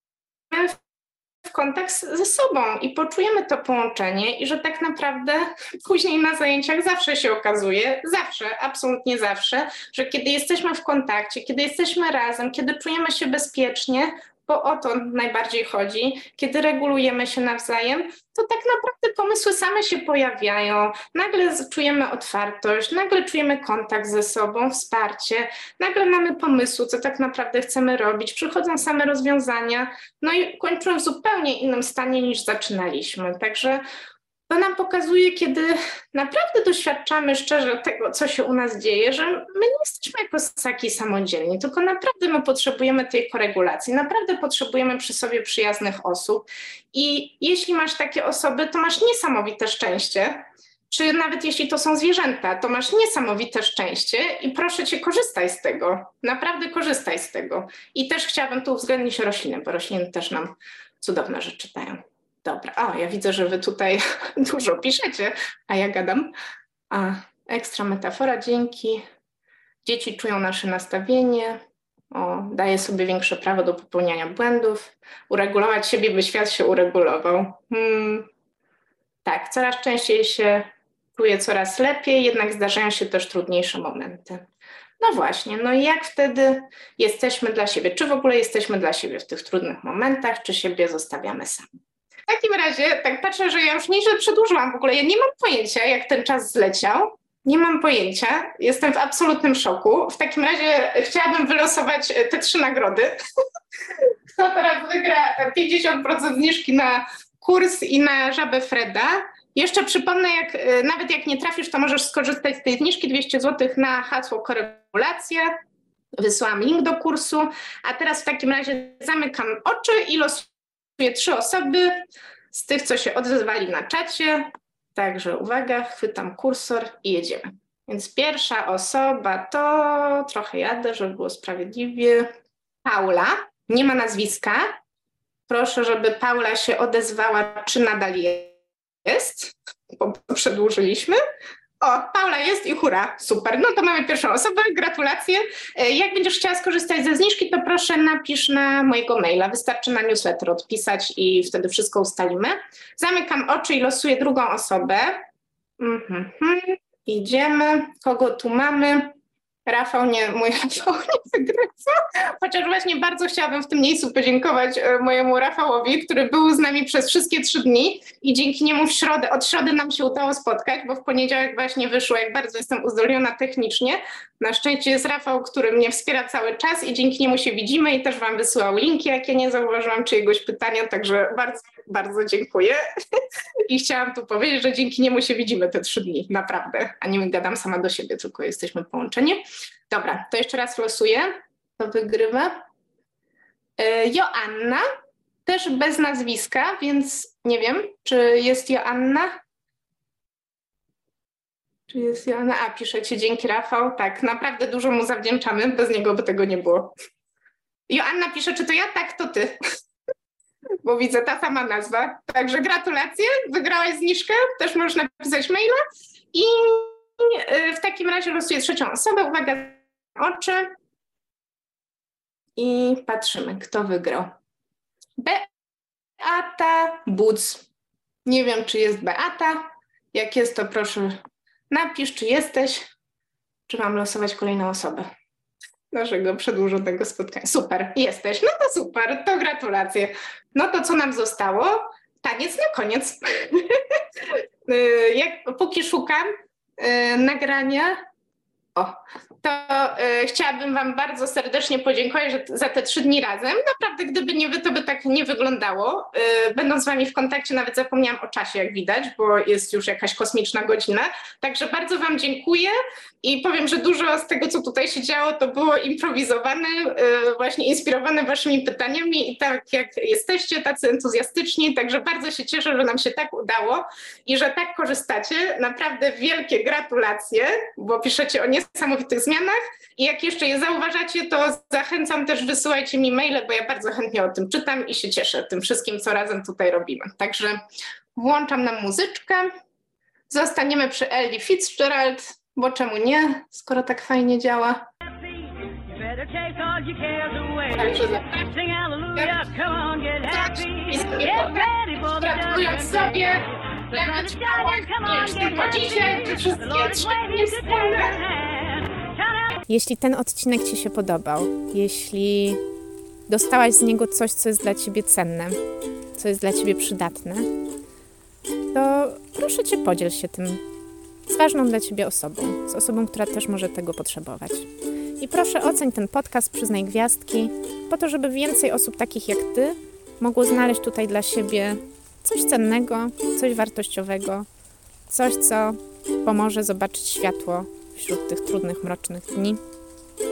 w kontakt ze sobą i poczujemy to połączenie i że tak naprawdę później na zajęciach zawsze się okazuje, absolutnie zawsze, że kiedy jesteśmy w kontakcie, kiedy jesteśmy razem, kiedy czujemy się bezpiecznie, bo o to najbardziej chodzi, kiedy regulujemy się nawzajem, to tak naprawdę pomysły same się pojawiają, nagle czujemy otwartość, nagle czujemy kontakt ze sobą, wsparcie, nagle mamy pomysły, co tak naprawdę chcemy robić, przychodzą same rozwiązania, no i kończymy w zupełnie innym stanie niż zaczynaliśmy. Także to nam pokazuje, kiedy naprawdę doświadczamy szczerze tego, co się u nas dzieje, że my nie jesteśmy jako ssaki samodzielni, tylko naprawdę my potrzebujemy tej koregulacji, naprawdę potrzebujemy przy sobie przyjaznych osób i jeśli masz takie osoby, to masz niesamowite szczęście, czy nawet jeśli to są zwierzęta, to masz niesamowite szczęście i proszę Cię, korzystaj z tego, naprawdę korzystaj z tego. I też chciałabym tu uwzględnić rośliny, bo rośliny też nam cudowne rzeczy dają. Dobra, ja widzę, że Wy tutaj dużo piszecie, a ja gadam. Ekstra metafora, dzięki. Dzieci czują nasze nastawienie. Daje sobie większe prawo do popełniania błędów. Uregulować siebie, by świat się uregulował. Tak, coraz częściej się czuję coraz lepiej, jednak zdarzają się też trudniejsze momenty. No właśnie, no i jak wtedy jesteśmy dla siebie? Czy w ogóle jesteśmy dla siebie w tych trudnych momentach, czy siebie zostawiamy sami? W takim razie, tak patrzę, że ja już nieźle przedłużyłam w ogóle. Ja nie mam pojęcia, jak ten czas zleciał. Nie mam pojęcia. Jestem w absolutnym szoku. W takim razie chciałabym wylosować te 3 nagrody. Kto teraz wygra 50% zniżki na kurs i na żabę Freda. Jeszcze przypomnę, nawet jak nie trafisz, to możesz skorzystać z tej zniżki 200 zł na hasło koregulacja. Wysyłam link do kursu. A teraz w takim razie zamykam oczy i losuję 3 osoby z tych, co się odezwali na czacie. Także uwaga, chwytam kursor i jedziemy. Więc pierwsza osoba to, trochę jadę, żeby było sprawiedliwie, Paula, nie ma nazwiska. Proszę, żeby Paula się odezwała, czy nadal jest, bo przedłużyliśmy. Paula jest i hurra, super. No to mamy pierwszą osobę, gratulacje. Jak będziesz chciała skorzystać ze zniżki, to proszę napisz na mojego maila. Wystarczy na newsletter odpisać i wtedy wszystko ustalimy. Zamykam oczy i losuję drugą osobę. Idziemy. Kogo tu mamy? Mój Rafał nie wygrywa. Chociaż właśnie bardzo chciałabym w tym miejscu podziękować mojemu Rafałowi, który był z nami przez wszystkie 3 dni i dzięki niemu od środy nam się udało spotkać, bo w poniedziałek właśnie wyszło, jak bardzo jestem uzdolniona technicznie. Na szczęście jest Rafał, który mnie wspiera cały czas i dzięki niemu się widzimy i też wam wysyłał linki, jak ja nie zauważyłam czyjegoś pytania, także bardzo, bardzo dziękuję. I chciałam tu powiedzieć, że dzięki niemu się widzimy te 3 dni, naprawdę. A nie gadam sama do siebie, tylko jesteśmy połączeni. Dobra, to jeszcze raz losuję. To wygrywa. Joanna, też bez nazwiska, więc nie wiem, czy jest Joanna. Czy jest Joanna? A, piszecie, dzięki Rafał. Tak, naprawdę dużo mu zawdzięczamy, bez niego by tego nie było. Joanna pisze, czy to ja? Tak, to ty. Bo widzę ta sama nazwa. Także gratulacje, wygrałaś zniżkę, też możesz napisać maila. I w takim razie losuję 3. osobę. Uwaga, oczy. I patrzymy, kto wygrał. Beata Buc. Nie wiem, czy jest Beata. Jak jest, to proszę napisz, czy jesteś. Czy mam losować kolejną osobę naszego przedłużonego spotkania. Super, jesteś. No to super, to gratulacje. No to co nam zostało? Taniec na koniec. Póki szukam nagrania, to chciałabym wam bardzo serdecznie podziękować za te 3 dni razem. Naprawdę, gdyby nie wy, to by tak nie wyglądało. Będąc z wami w kontakcie, nawet zapomniałam o czasie, jak widać, bo jest już jakaś kosmiczna godzina. Także bardzo wam dziękuję i powiem, że dużo z tego, co tutaj się działo, to było improwizowane, właśnie inspirowane waszymi pytaniami i tak jak jesteście, tacy entuzjastyczni, także bardzo się cieszę, że nam się tak udało i że tak korzystacie. Naprawdę wielkie gratulacje, bo piszecie o niesamowitych zmianach i jak jeszcze je zauważacie, to zachęcam też, wysyłajcie mi maile, bo ja bardzo chętnie o tym czytam i się cieszę tym wszystkim, co razem tutaj robimy. Także włączam nam muzyczkę. Zostaniemy przy Ellie Fitzgerald, bo czemu nie, skoro tak fajnie działa. Także gratulując sobie, tylko dzisiaj, te wszystkie 3 dni wspólne. Jeśli ten odcinek ci się podobał, jeśli dostałaś z niego coś, co jest dla ciebie cenne, co jest dla ciebie przydatne, to proszę cię, podziel się tym z ważną dla ciebie osobą, z osobą, która też może tego potrzebować. I proszę oceń ten podcast, przyznaj gwiazdki, po to, żeby więcej osób takich jak ty mogło znaleźć tutaj dla siebie coś cennego, coś wartościowego, coś, co pomoże zobaczyć światło wśród tych trudnych, mrocznych dni.